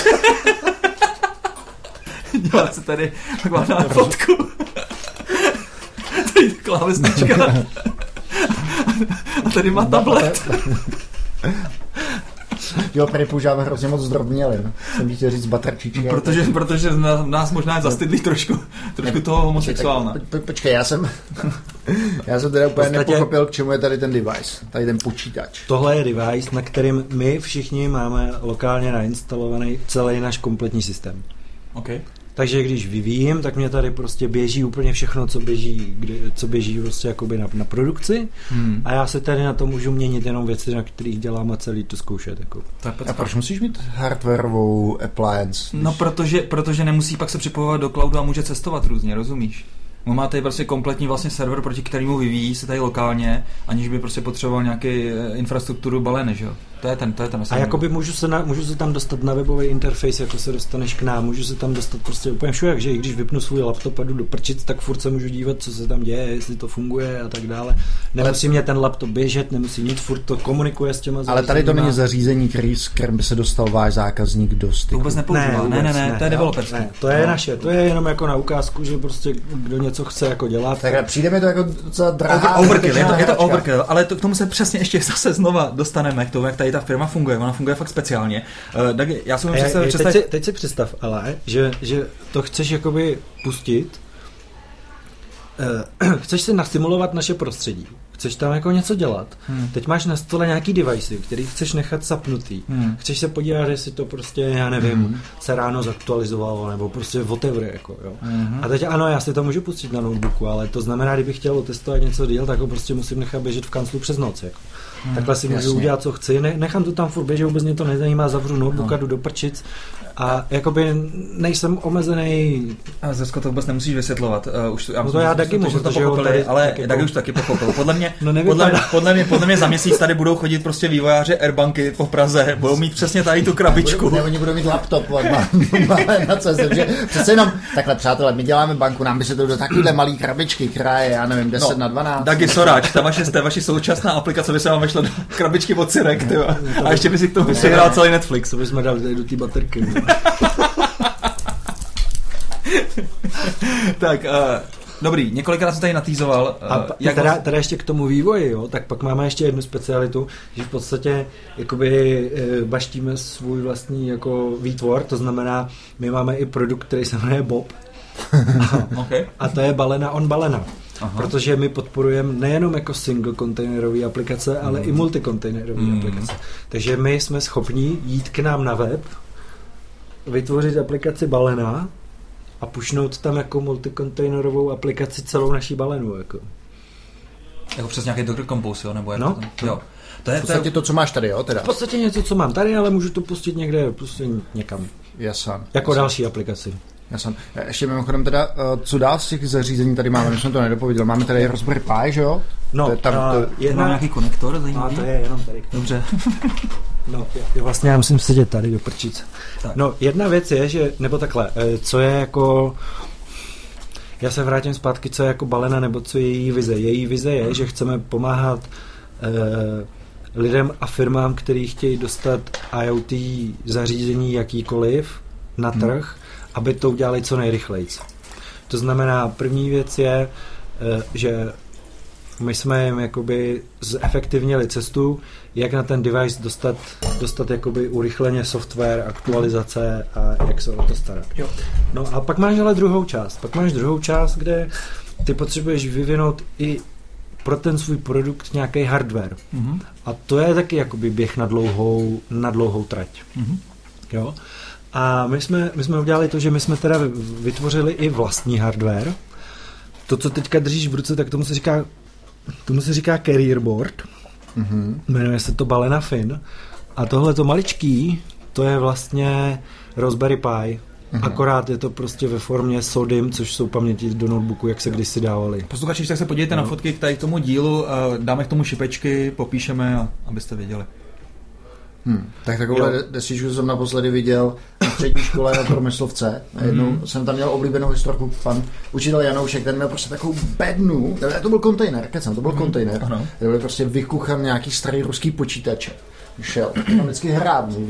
Dělá se tady, tak mám na fotku. Tady klávesnička. A tady má tablet. Jo, tady používáme hrozně moc zdrobnělin. Jsem chtěl říct baterčičky. Protože nás možná zastydlí trošku toho homosexuálna. Počkej, já jsem teda úplně nepochopil, k čemu je tady ten device, tady ten počítač. Tohle je device, na kterým my všichni máme lokálně nainstalovaný celý náš kompletní systém. Okay. Takže když vyvíjím, tak mě tady prostě běží úplně všechno, co běží prostě jakoby na produkci a já se tady na to můžu měnit jenom věci, na kterých dělám a celý to zkoušet. Jako. A proč musíš mít hardwareovou appliance? No protože nemusí pak se připojovat do cloudu a může cestovat různě, rozumíš? On má tady prostě kompletní vlastně server, proti kterému vyvíjí se tady lokálně, aniž by prostě potřeboval nějaký infrastrukturu Baleny, že jo? To je ten a jakoby můžu se tam dostat na webový interface, jako se dostaneš k nám, můžu se tam dostat prostě úplně všude, že i když vypnu svůj laptop a jdu do prčic, tak furt se můžu dívat, co se tam děje, jestli to funguje a tak dále. Nemusí mě ten laptop běžet, nemusí nic, furt to komunikuje s těma zařízeníma. Ale tady to není zařízení, kterým by se dostal váš zákazník do styku. To vůbec nepoužívá. Ne, to je developerský. To je naše, to je jenom jako na ukázku, že prostě kdo něco chce jako dělat. Tak přijde mi to jako docela drahá. Overkill, je to overkill, ale k tomu se přesně ještě zase znova dostaneme k tomu, jak tady ta firma funguje. Ona funguje fakt speciálně. Tak já si můžu představit. Teď si představ, ale že to chceš jakoby pustit. Chceš si nasimulovat naše prostředí. Chceš tam jako něco dělat. Teď máš na stole nějaký device, který chceš nechat zapnutý. Chceš se podívat, jestli to prostě, já nevím, se ráno zaktualizovalo, nebo prostě whatever, jako, jo. A teď ano, já si to můžu pustit na notebooku, ale to znamená, kdybych chtěl testovat něco díl, tak ho prostě musím nechat běžet v kanclu přes noc, jako. Takhle si můžu udělat, co chci, nechám to tam furt běžet, vůbec mě to nezajímá, zavřu notebook a jdu do prčic a jakoby nejsem omezený. A Zdesko, to vůbec nemusíš vysvětlovat. To já taky můžu, to pochopili, ale taky už taky pochopil. Podle mě za měsíc tady budou chodit prostě vývojáři Airbanky po Praze, budou mít přesně tady tu krabičku. Oni budou mít laptop, máme na cestě, že přece jenom, takhle přátelé, my děláme banku, nám by se to do takovýhle malý krabičky, která je, já nevím, 10x12. Dagi Soráč, ta vaše současná aplikace by se vám vešla do krabičky od Cirek, a ještě by si k tomu přihrál celý Netflix. To bychom dali tady do té baterky. Tak, dobrý, několikrát jsem tady natýzoval. Teda ještě k tomu vývoji, jo, tak pak máme ještě jednu specialitu, že v podstatě jakoby baštíme svůj vlastní jako výtvor, to znamená, my máme i produkt, který se jmenuje Bob. Okay. A to je Balena on Balena. Aha. Protože my podporujeme nejenom jako single kontejnerové aplikace, ale i multikontejnerové aplikace. Takže my jsme schopni jít k nám na web, vytvořit aplikaci Balena a pušnout tam jako multikontejnerovou aplikaci celou naší Balenu. Jako. Jako přes nějaký Docker Compose, jo? Nebo jak no, to jo. To je v podstatě to, co máš tady, jo? Teda. V podstatě něco, co mám tady, ale můžu to pustit někde prostě někam. Jasan. Jako další aplikaci. Jasan. Ještě mimochodem teda, co dál z těch zařízení tady máme, my jsme to nedopověděli. Máme tady Raspberry Pi, že jo? No, má nějaký konektor zajímavý? A to je jenom tady. Dobře. No, vlastně já musím sedět tady do prčic. Tak. No, jedna věc je, že, nebo takhle, co je jako... Já se vrátím zpátky, co je jako Balena, nebo co je její vize. Její vize je, že chceme pomáhat lidem a firmám, kteří chtějí dostat IoT zařízení jakýkoliv na trh, aby to udělali co nejrychleji. To znamená, první věc je, že my jsme jim jakoby zefektivnili cestu, jak na ten device dostat jakoby urychleně software, aktualizace a jak se o to starat. Jo. No a pak máš ale druhou část, kde ty potřebuješ vyvinout i pro ten svůj produkt nějaký hardware. Mm-hmm. A to je taky jakoby běh na dlouhou trať. Mm-hmm. Jo? A my jsme udělali to, že my jsme teda vytvořili i vlastní hardware. To, co teďka držíš v ruce, tak tomu se říká carrier board. Mm-hmm. Jmenuje se to Balena Fin. A tohleto maličký, to je vlastně Raspberry Pi. Mm-hmm. Akorát je to prostě ve formě SODIMM, což jsou paměti do notebooku, jak se kdysi dávali. Posluchači, tak se podívejte na fotky k tomu dílu, dáme k tomu šipečky, popíšeme, abyste věděli. Tak takovou desičku jsem naposledy viděl na střední škole na průmyslovce. Jednou jsem tam měl oblíbenou historku, pan učitel Janoušek, ten měl prostě takovou bednu, to byl kontejner, kontejner, to byl prostě vykuchan nějaký starý ruský počítač. Šel, tam vždycky hrábnul,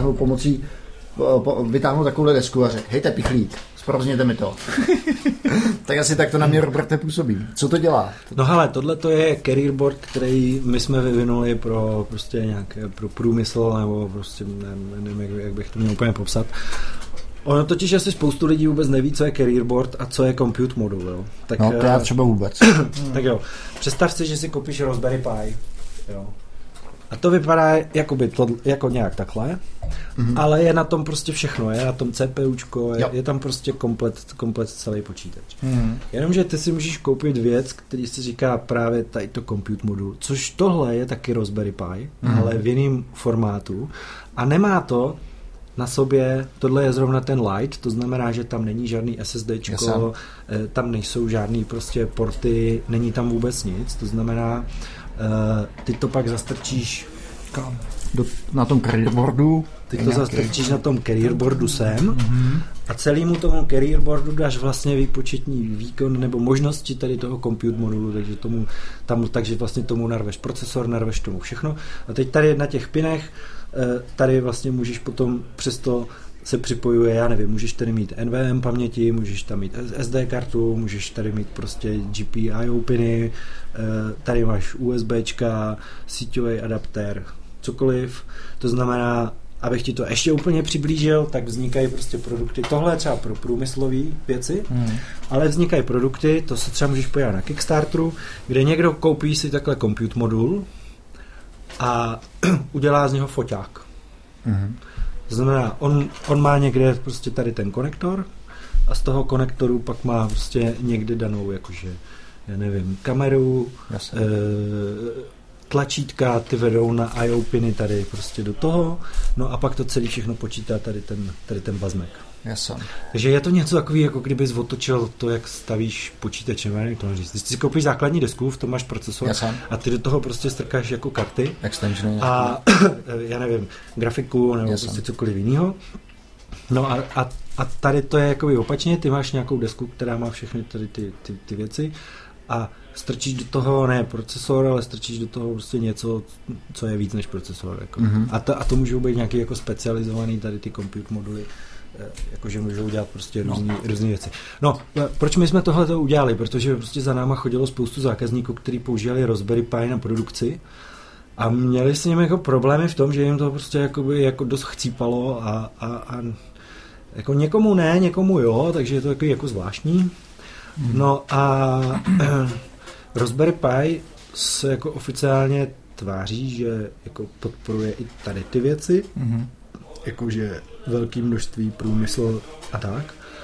vytáhnul takovou desku a řekl, hejte pichlík, zprovozněte mi to. Tak asi tak to na mě, Roberte, působí. Co to dělá? No hele, tohle to je carrier board, který my jsme vyvinuli pro prostě nějaké, pro průmysl, nebo prostě nevím, jak bych to měl úplně popsat. Ono totiž asi spoustu lidí vůbec neví, co je carrier board a co je compute modul, jo. Tak, no, to já třeba vůbec. Tak jo, představ si, že si koupíš Raspberry Pi, jo. A to vypadá jako nějak takhle, ale je na tom prostě všechno, je na tom CPUčko, je tam prostě komplet celý počítač. Jenomže ty si můžeš koupit věc, který se říká právě tady to compute modul, což tohle je taky Raspberry Pi, ale v jiném formátu a nemá to na sobě, tohle je zrovna ten Lite, to znamená, že tam není žádný SSDčko, tam nejsou žádný prostě porty, není tam vůbec nic, to znamená, ty to pak zastrčíš na tom carrier boardu. Ty to zastrčíš na tom carrier boardu sem a celému tomu carrier boardu dáš vlastně výpočetní výkon nebo možnosti tady toho compute modulu, takže vlastně tomu narveš procesor, narveš tomu všechno. A teď tady na těch pinech tady vlastně můžeš potom přesto se připojuje, já nevím, můžeš tady mít NVMe paměti, můžeš tam mít SD kartu, můžeš tady mít prostě GPIO piny, tady máš USBčka, síťový adaptér, cokoliv. To znamená, abych ti to ještě úplně přiblížil, tak vznikají prostě produkty. Tohle je třeba pro průmyslové věci, ale vznikají produkty, to se třeba můžeš podívat na Kickstarteru, kde někdo koupí si takhle compute modul a udělá z něho foťák. To znamená, on má někde prostě tady ten konektor a z toho konektoru pak má prostě někde danou, jakože, já nevím, kameru, tlačítka, ty vedou na I/O piny tady prostě do toho, no a pak to celé všechno počítá tady ten bazmek. Jasně. Takže je to něco takový, jako kdybys otočil to, jak stavíš počítače, nevím, to říct. Když si koupíš základní desku, v tom máš procesor a ty do toho prostě strkáš jako karty a já nevím, grafiku nebo prostě cokoliv jiného. No a tady to je jakoby opačně, ty máš nějakou desku, která má všechny tady ty věci a strčíš do toho ne procesor, ale strčíš do toho prostě něco, co je víc než procesor. Jako. A to můžou být nějaký jako specializovaný tady ty compute moduly, jakože můžou dělat prostě různé věci. No, proč my jsme tohle udělali? Protože prostě za náma chodilo spoustu zákazníků, kteří používali Raspberry Pi na produkci a měli s nimi jako problémy v tom, že jim to prostě jako dost chcípalo a jako někomu ne, někomu jo, takže je to jako zvláštní. No a Raspberry Pi se jako oficiálně tváří, že jako podporuje i tady ty věci, jakože velké množství průmysl a tak.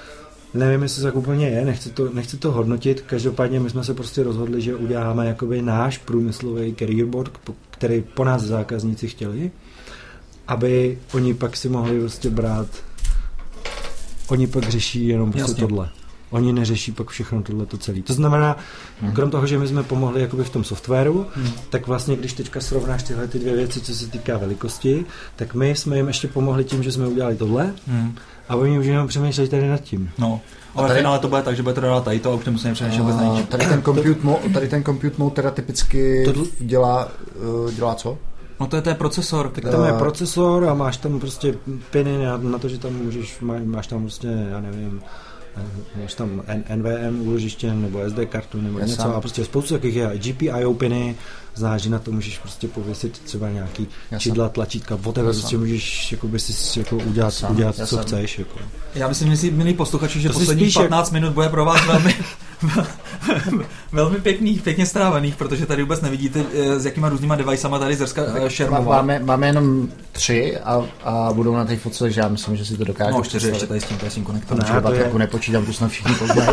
Nevím, jestli tak úplně je, nechci to hodnotit, každopádně my jsme se prostě rozhodli, že uděláme jakoby náš průmyslový career board, který po nás zákazníci chtěli, aby oni pak si mohli prostě brát, oni pak řeší jenom prostě tohle. Oni neřeší pak všechno tohleto celé. To znamená, krom toho, že my jsme pomohli jakoby v tom softwaru, tak vlastně, když teďka srovnáš tyhle ty dvě věci, co se týká velikosti, tak my jsme jim ještě pomohli tím, že jsme udělali tohle a oni už jenom přemýšlejí tady nad tím. No. Ale v finále to bude tak, že bude to dávat tady to a už nemusíme přemýšlet vůbec na ničem. Tady ten compute mode teda typicky dělá co? No to je procesor. Tak tam je procesor a máš tam prostě piny na to, že tam máš tam prostě, já nevím, máš tam NVM úložiště nebo SD kartu nebo něco a prostě spoustu takových je GPIO piny, znáš, že na to můžeš prostě pověsit třeba nějaký čidla, tlačítka, whatever, prostě můžeš jakoby si jako udělat co chceš. Jako. Já myslím, že milí posluchači, že posledních 15 minut bude pro vás velmi pěkně strávených, protože tady vůbec nevidíte, s jakýma různýma devicema tady Zrska šermoval. Máme jenom 3 a budou na té fotce, takže já myslím, že si to dokážu. No 4 ještě tady s tím konektorem. Jako nepočítám, to snad všichni poznají.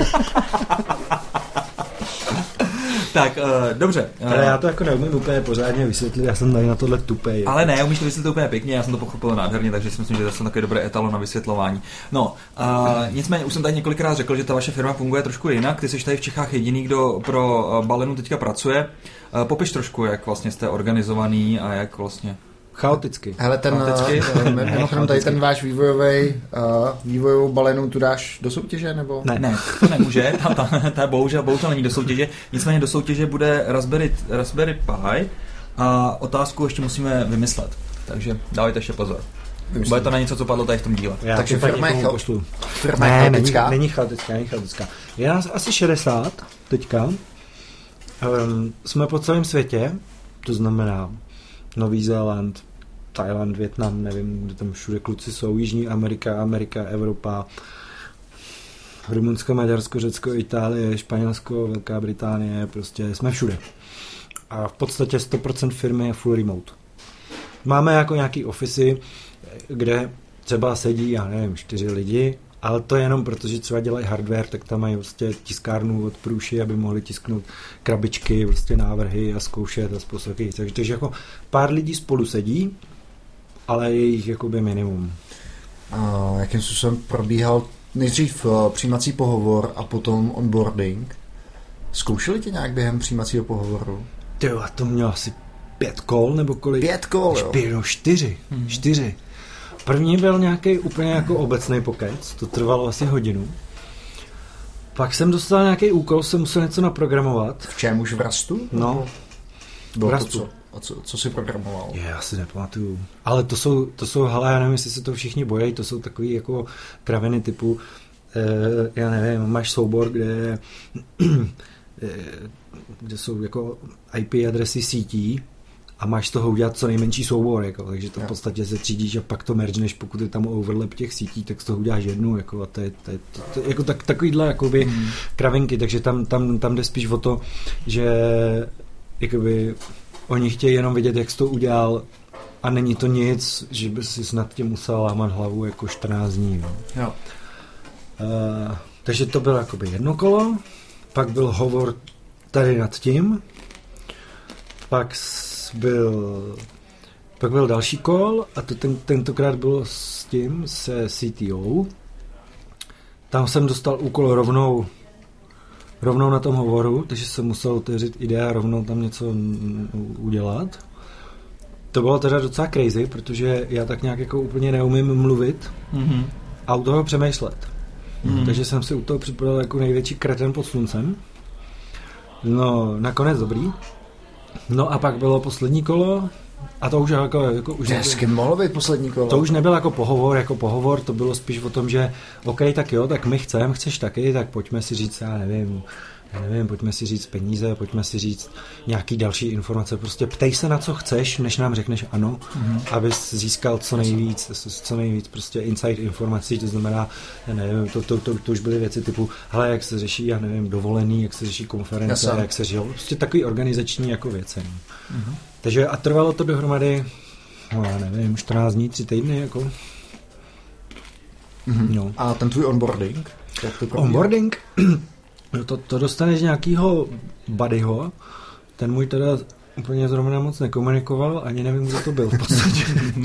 Tak, dobře. Ale já to jako neumím úplně pořádně vysvětlit, já jsem tady na tohle tupej. Ale ne, umíš to vysvětlit úplně pěkně, já jsem to pochopil nádherně, takže si myslím, že to jsem takový dobrý etalon na vysvětlování. No, nicméně už jsem tady několikrát řekl, že ta vaše firma funguje trošku jinak, ty jsi tady v Čechách jediný, kdo pro Balenu teďka pracuje. Popiš trošku, jak vlastně jste organizovaný a jak vlastně... Chaoticky. Hele, mimochodem tady ten váš vývojovou balenu tu dáš do soutěže, nebo? Ne, to nemůže, ta bohužel není do soutěže, nicméně do soutěže bude Raspberry Pi a otázku ještě musíme vymyslet, takže dávajte ještě pozor. Bude to na něco, co padlo tady v tom díle. Takže firma je chaotická? Není chaotická. Je nás asi 60 teďka. Jsme po celém světě, to znamená Nový Zéland, Thailand, Vietnam, nevím, kde tam všude kluci jsou, Jižní Amerika, Evropa, Rumunsko, Maďarsko, Řecko, Itálie, Španělsko, Velká Británie, prostě jsme všude. A v podstatě 100% firmy je full remote. Máme jako nějaký ofisy, kde třeba sedí, já nevím, 4 lidi, ale to je jenom proto, že třeba dělají hardware, tak tam mají prostě tiskárnu od průši, aby mohli tisknout krabičky, prostě návrhy a zkoušet a způsob. Takže jako pár lidí spolu sedí, ale je jich jakoby minimum. A jakým způsobem probíhal nejdřív přijímací pohovor a potom onboarding? Zkoušeli tě nějak během přijímacího pohovoru? Tyjo, to mělo asi 5 kol nebo kolik? 5 kol, jo? 4. 4. První byl nějaký úplně jako obecný pokec, to trvalo asi hodinu. Pak jsem dostal nějaký úkol, jsem musel něco naprogramovat. V čem už v Rustu? No, v Rustu. A co jsi programoval? Já si nepamatuju. Ale to jsou, hele, já nevím, jestli se to všichni bojí, to jsou takový jako kraviny typu, já nevím, máš soubor, kde jsou jako IP adresy sítí, a máš z toho udělat co nejmenší soubor, jako, takže to v podstatě se třídíš a pak to mergeneš, pokud je tam overlap těch sítí, tak z toho uděláš jednu, jako, a to je jako takovýhle jakoby kravinky, takže tam jde spíš o to, že jakoby oni chtějí jenom vědět, jak jsi to udělal a není to nic, že by si snad tě musel lámat hlavu jako 14 dní. Jo. Takže to bylo jakoby jedno kolo, pak byl hovor tady nad tím, pak byl další kol a to tentokrát bylo se CTO. Tam jsem dostal úkol rovnou na tom hovoru, takže jsem musel otevřít idea a rovnou tam něco udělat. To bylo teda docela crazy, protože já tak nějak jako úplně neumím mluvit a u toho přemýšlet. Takže jsem si u toho připadal jako největší kreten pod sluncem. No, nakonec dobrý. No a pak bylo poslední kolo a to už jako už s kým mohlo být poslední kolo? To už nebyl jako pohovor, to bylo spíš o tom, že OK, tak jo, tak my chceš taky, tak pojďme si říct, já nevím, pojďme si říct peníze, pojďme si říct nějaký další informace, prostě ptej se na co chceš, než nám řekneš ano, abys získal co nejvíc prostě inside informací, to znamená, já nevím, to už byly věci typu, hele, jak se řeší, já nevím, dovolený, jak se řeší konference, jak se řeší, prostě takový organizační jako věci. Takže a trvalo to dohromady, no já nevím, 14 dní, 3 týdny, jako. No. A ten tvůj onboarding? Onboarding? To dostaneš nějakýho buddyho, ten můj teda úplně zrovna moc nekomunikoval, ani nevím, kdo to byl v podstatě.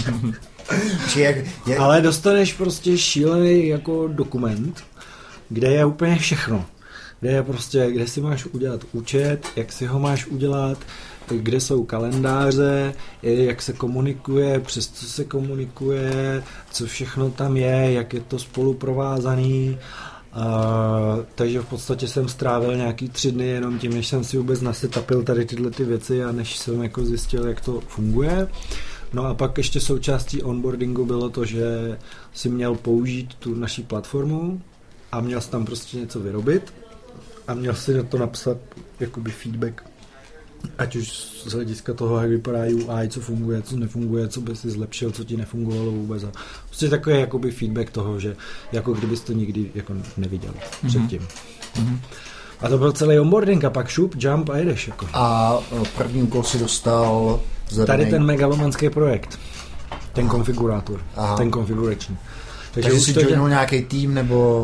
Ale dostaneš prostě šílený jako dokument, kde je úplně všechno. Kde si máš udělat účet, jak si ho máš udělat, kde jsou kalendáře, jak se komunikuje, přes co se komunikuje, co všechno tam je, jak je to spolu provázaný. Takže v podstatě jsem strávil nějaký 3 dny jenom tím, než jsem si vůbec nasetapil tady tyhle ty věci a než jsem jako zjistil, jak to funguje. No a pak ještě součástí onboardingu bylo to, že si měl použít tu naší platformu a měl jsi tam prostě něco vyrobit a měl si na to napsat jakoby feedback, ať už z hlediska toho, jak vypadá UI, co funguje, co nefunguje, co by si zlepšil, co ti nefungovalo vůbec. A prostě takový jakoby feedback toho, že jako kdybys to nikdy jako neviděl předtím. A to byl celý onboarding a pak šup, jump a jedeš. Jako. A první úkol si dostal tady ten megalomanský projekt. Ten konfigurátor. Ten konfigurační. Takže si joinul nějaký tým nebo...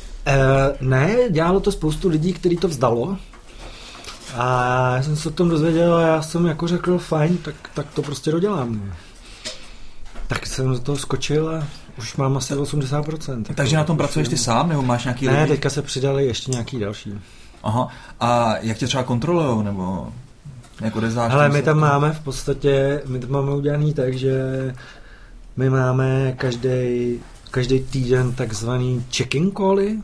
Ne, dělalo to spoustu lidí, který to vzdalo. A já jsem se o tom dozvěděl a já jsem jako řekl, fajn, tak to prostě dodělám. Tak jsem do toho skočil a už mám asi 80%. Takže na tom pracuješ ty sám, nebo máš nějaký lidi? Ne, teďka se přidali ještě nějaký další. Aha, a jak tě třeba kontrolujou, nebo jako dezáš? Hele, my tam máme udělaný tak, že my máme každý týden takzvaný check-in cally,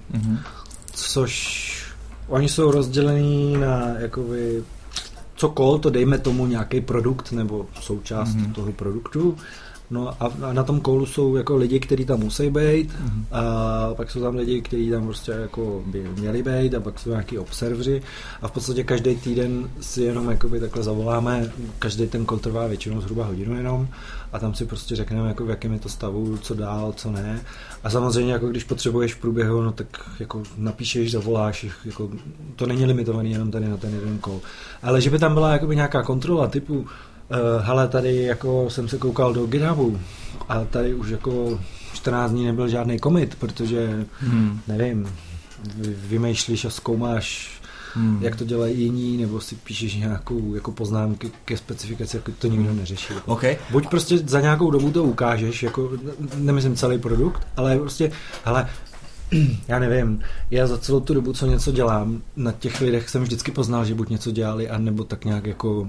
což oni jsou rozdělený na jakoby co call, to dejme tomu nějaký produkt nebo součást toho produktu. No a na tom callu jsou jako lidi, kteří tam musí být, a pak jsou tam lidi, kteří tam prostě jako by měli být, a pak jsou nějaký observeři a v podstatě každý týden si jenom jakoby takhle zavoláme, každý ten call trvá většinou zhruba hodinu jenom a tam si prostě řekneme, jako v jakém je to stavu, co dál, co ne. A samozřejmě jako když potřebuješ v průběhu, no tak jako napíšeš, zavoláš, jako to není limitovaný jenom tady na ten jeden call. Ale že by tam byla jakoby nějaká kontrola typu hele, tady jako jsem se koukal do GitHubu a tady už jako 14 dní nebyl žádný commit, protože nevím, vymýšlíš a zkoumáš, jak to dělají jiní, nebo si píšeš nějakou jako poznámky ke specifikaci, jako to nikdo neřeší. Okay. Buď prostě za nějakou dobu to ukážeš, jako nemyslím celý produkt, ale prostě, hele, já nevím, já za celou tu dobu, co něco dělám, na těch lidech jsem vždycky poznal, že buď něco dělali, anebo tak nějak jako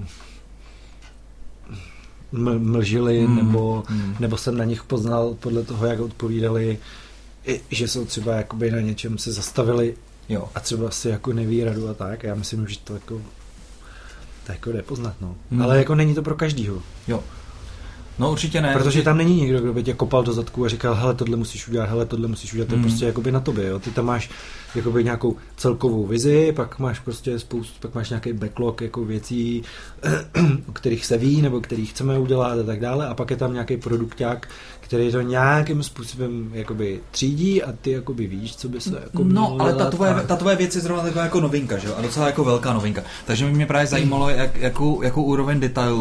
mlžili, nebo jsem na nich poznal podle toho, jak odpovídali, že jsou třeba jakoby na něčem se zastavili a třeba si jako neví radu a tak. Já myslím, že to jako jde poznat, no. Ale jako není to pro každýho. Jo. No určitě ne. Protože tam není nikdo, kdo by tě kopal do zadku a říkal, hele, tohle musíš udělat, to je prostě jakoby na tobě, jo. Ty tam máš jakoby nějakou celkovou vizi, pak máš prostě pak máš nějaký backlog jako věcí, o kterých se ví, nebo kterých chceme udělat a tak dále, a pak je tam nějaký produkták, který to nějakým způsobem jakoby třídí a ty jakoby víš, co by se jako no, ale ta tvoje věc je zrovna taková jako novinka, že jo? A docela jako velká novinka. Takže mě právě zajímalo, jakou úroveň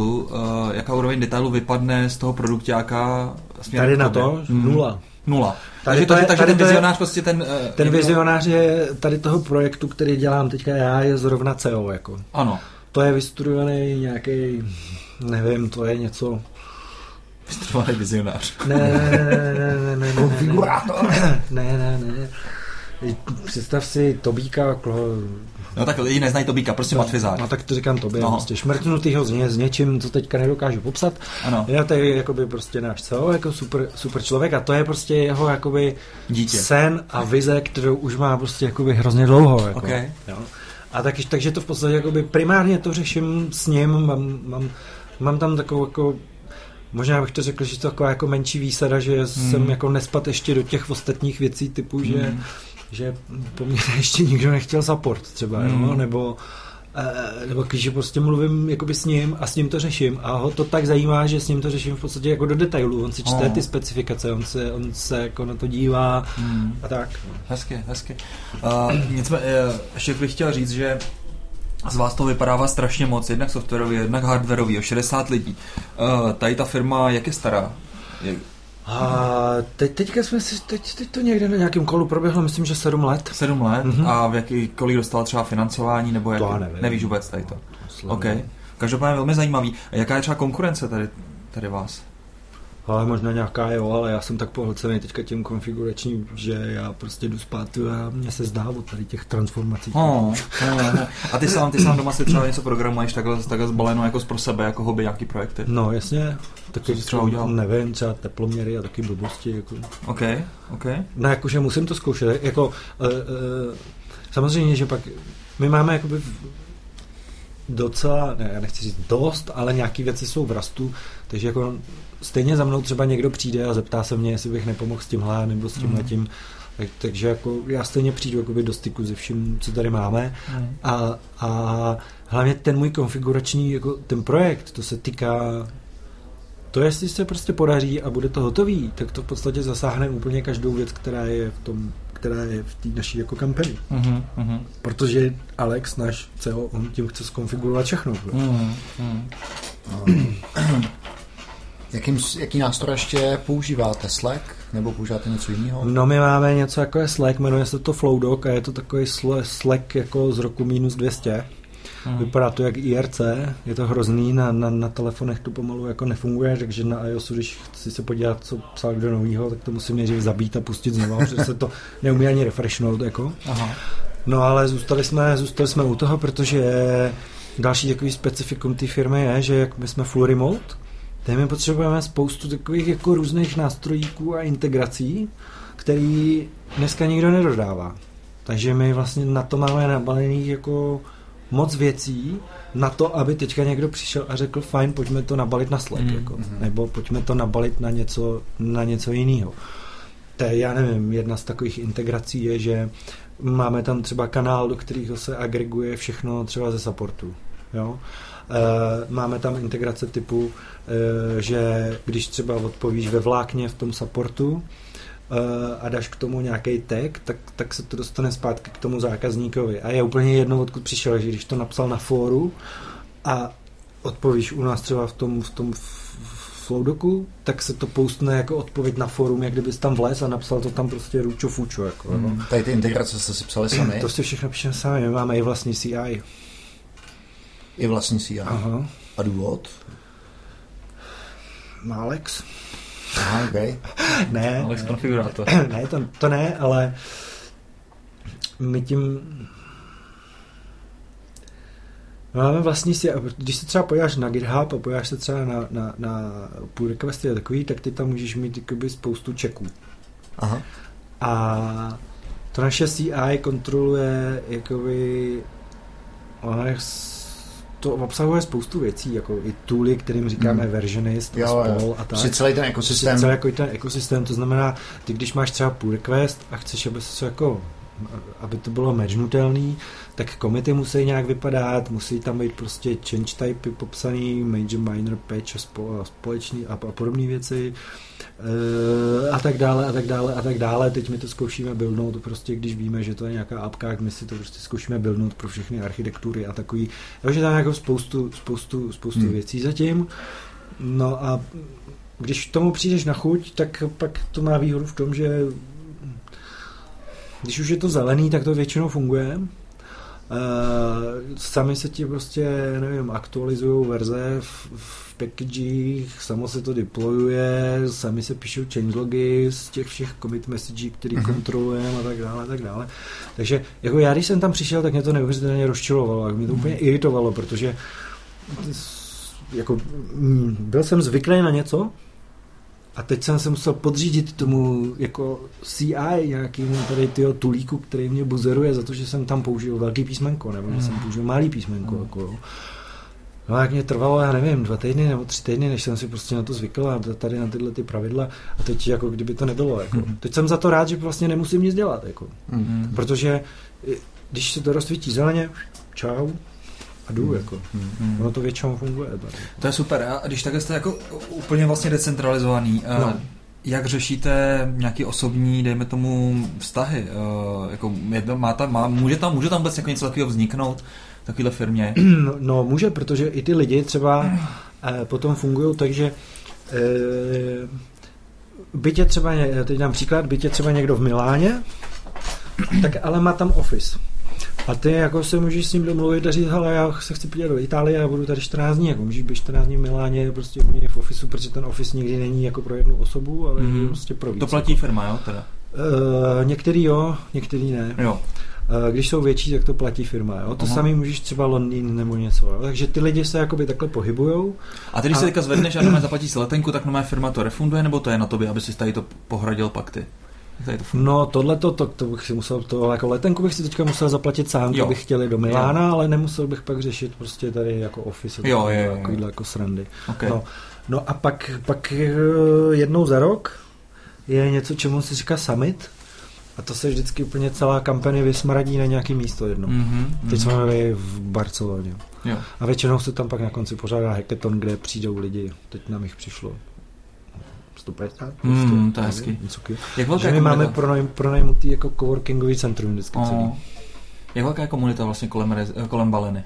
detailu vypadne z toho produktáka směrem tady na to? Nula. Takže ten vizionář prostě ten vizionář je tady toho projektu, který dělám teďka já, je zrovna CEO, jako. Ano. To je vystudovaný nějaký, nevím, to je něco... Vystudovaný vizionář. Ne. Konfigurátor. Ne. Představ si Tobíka, no tak lidi neznají Tobíka, prostě Matfizák. No tak to říkám tobě, prostě šmrtnutýho s něčím, co teďka nedokážu popsat. Ano. To je jakoby prostě náš CEO, jako super člověk a to je prostě jeho jakoby dítě. sen a vize, kterou už má prostě jakoby hrozně dlouho. Jako, okay. Jo. A takže to v podstatě jakoby primárně to řeším s ním, mám tam takovou jako možná bych to řekl, že to taková jako menší výsada, že jsem jako nespat ještě do těch ostatních věcí typu, že po mně ještě nikdo nechtěl support třeba, jo? Nebo když prostě mluvím jakoby s ním a s ním to řeším a ho to tak zajímá, že s ním to řeším v podstatě jako do detailu, on si čte ty specifikace, on se jako na to dívá a tak. Hezky. Nicméně ještě bych chtěl říct, že z vás to vypadává strašně moc, jednak softwarový, jednak hardwarový, 60 lidí. Tady ta firma, jak je stará? A teďka jsme si, teď to někde na nějakém kolu proběhlo, myslím, že 7 let. 7 let? Mm-hmm. A v kolik dostal třeba financování, nebo to nevím. Nevíš vůbec tady to? OK. Každopádně velmi zajímavý. A jaká je třeba konkurence tady vás? Ale možná nějaká ale já jsem tak pohlcený teďka tím konfiguračním, že já prostě jdu spát a mně se zdá od tady těch transformací. A ty sám doma si třeba něco programuješ takhle zbaleno jako pro sebe, jako hobby, nějaký projekty? No jasně, taky třeba udělal? Nevím, třeba teploměry a taky blbosti. Jako. OK. No jakože musím to zkoušet, jako samozřejmě, že pak my máme jakoby docela, ne, já nechci říct dost, ale nějaký věci jsou v rastu, takže jako stejně za mnou třeba někdo přijde a zeptá se mě, jestli bych nepomohl s tímhle nebo s tímhletím, takže jako já stejně přijdu jakoby do styku se vším, co tady máme a hlavně ten můj konfigurační, jako ten projekt, to se týká to, jestli se prostě podaří a bude to hotový, tak to v podstatě zasáhne úplně každou věc, která je v té naší jako kampani. Protože Alex, náš CEO, on tím chce zkonfigurovat všechno. Jaký nástroj ještě používáte? Slack? Nebo používáte něco jiného? No my máme něco jako je Slack, jmenuje se to Flowdog a je to takový Slack jako z roku -200. Vypadá to jak IRC, je to hrozný, na telefonech to pomalu jako nefunguje, takže na iOSu, když chci se podívat, co psal kdo novýho, tak to musím nejdřív zabít a pustit znovu, protože se to neumí ani refreshnout. Jako. Aha. No ale zůstali jsme u toho, protože další takový specifikum té firmy je, že jak my jsme full remote, tak my potřebujeme spoustu takových jako různých nástrojíků a integrací, který dneska nikdo nedodává. Takže my vlastně na to máme nabalených jako moc věcí na to, aby teďka někdo přišel a řekl fajn, pojďme to nabalit na Slack, jako, nebo pojďme to nabalit na něco jiného. To je, já nevím, jedna z takových integrací je, že máme tam třeba kanál, do kterého se agreguje všechno třeba ze supportu. Jo? Máme tam integrace typu, že když třeba odpovíš ve vlákně v tom supportu a dáš k tomu nějaký tag, tak se to dostane zpátky k tomu zákazníkovi. A je úplně jedno, odkud přišel, že když to napsal na fóru a odpovíš u nás třeba v tom Flowdoku, tak se to postne jako odpověď na fórum, jak kdybys tam vlez a napsal to tam prostě růčo fučo. Jako, Tady ty integrace jste si psali sami? To si všechno píšeme sami, my máme i vlastní CI. I vlastní CI? Aha. A důvod? Alex. Aha, okay. Ne. Alex konfigurátor. Ne, to ne, ale my tím máme vlastní CI. Když se třeba podíváš na GitHub a podíváš se třeba na pull requesty a takový, tak ty tam můžeš mít jakoby spoustu checků. Aha. A to naše CI kontroluje jakoby to obsahuje spoustu věcí, jako i tooly, kterým říkáme versionist a spol a tak. Celý ten ekosystém. Celý ten ekosystém, to znamená, ty když máš třeba pull request a chceš, aby to bylo mergenutelný, tak commity musí nějak vypadat, musí tam být prostě change typy popsaný, major, minor, patch a společný a podobné věci a tak dále. Teď my to zkoušíme buildnout, prostě když víme, že to je nějaká apka, tak my si to prostě zkoušíme buildnout pro všechny architektury a takový. Takže tam jako spoustu věcí zatím. No a když tomu přijdeš na chuť, tak pak to má výhodu v tom, že když už je to zelený, tak to většinou funguje. Sami se ti prostě, nevím, aktualizují verze v packagech, samo se to deployuje, sami se píšou changelogy z těch všech commit messagí, který kontrolujeme a tak dále. Takže jako já, když jsem tam přišel, tak mě to neuvěřitelně rozčilovalo, mě to úplně iritovalo, protože jako, byl jsem zvyklý na něco, a teď jsem se musel podřídit tomu jako CI nějakému tady tyho tulíku, který mě buzeruje za to, že jsem tam použil velký písmenko, nebo že jsem použil malý písmenko. Jako. No jak mě trvalo, já nevím, 2 týdny nebo 3 týdny, než jsem si prostě na to zvykl a tady na tyhle ty pravidla a teď jako kdyby to nebylo. Jako. Teď jsem za to rád, že vlastně nemusím nic dělat. Jako. Protože když se to rozsvítí zeleně, čau, a jdu, jako. Ono to většinou funguje. To je super. A když takhle jste jako úplně vlastně decentralizovaný, jak řešíte nějaký osobní, dejme tomu, vztahy? Jako může tam vůbec jako něco takového vzniknout v takovéhle firmě? No může, protože i ty lidi třeba potom fungují tak, že byť třeba, teď dám příklad, byť je třeba někdo v Miláně, tak ale má tam office. A ty jako se můžeš s ním domluvit a říct, hele, já se chci podívat do Itálie a budu tady 14 dní, jako můžeš být 14 dní v Miláně prostě u něj v ofisu, protože ten office nikdy není jako pro jednu osobu, ale prostě pro víc. To platí firma, jo, teda? Některý jo, některý ne. Jo. Když jsou větší, tak to platí firma, jo. To samý můžeš třeba Londýn nebo něco, jo. Takže ty lidi se jakoby takhle pohybujou. A když se teďka zvedneš a zaplatíš letenku, tak nová firma to refunduje, nebo to je na tobě, aby si tady to pohradil pak ty? No tohleto, to bych si musel, to jako letenku bych si teďka musel zaplatit sám, kdybych chtěl do Milána, ale nemusel bych pak řešit prostě tady jako office, takovýhle jako srandy. Okay. No a pak jednou za rok je něco, čemu se říká summit, a to se vždycky úplně celá kampaně vysmradí na nějaký místo jedno. Teď jsme byli v Barceloně. Jo. A většinou se tam pak na konci pořádá hackathon, kde přijdou lidi. Teď nám jich přišlo 150. To je hezky. My máme pronajmutý jako coworkingový centrum vždycky celý. Jak velká je komunita vlastně kolem Baleny?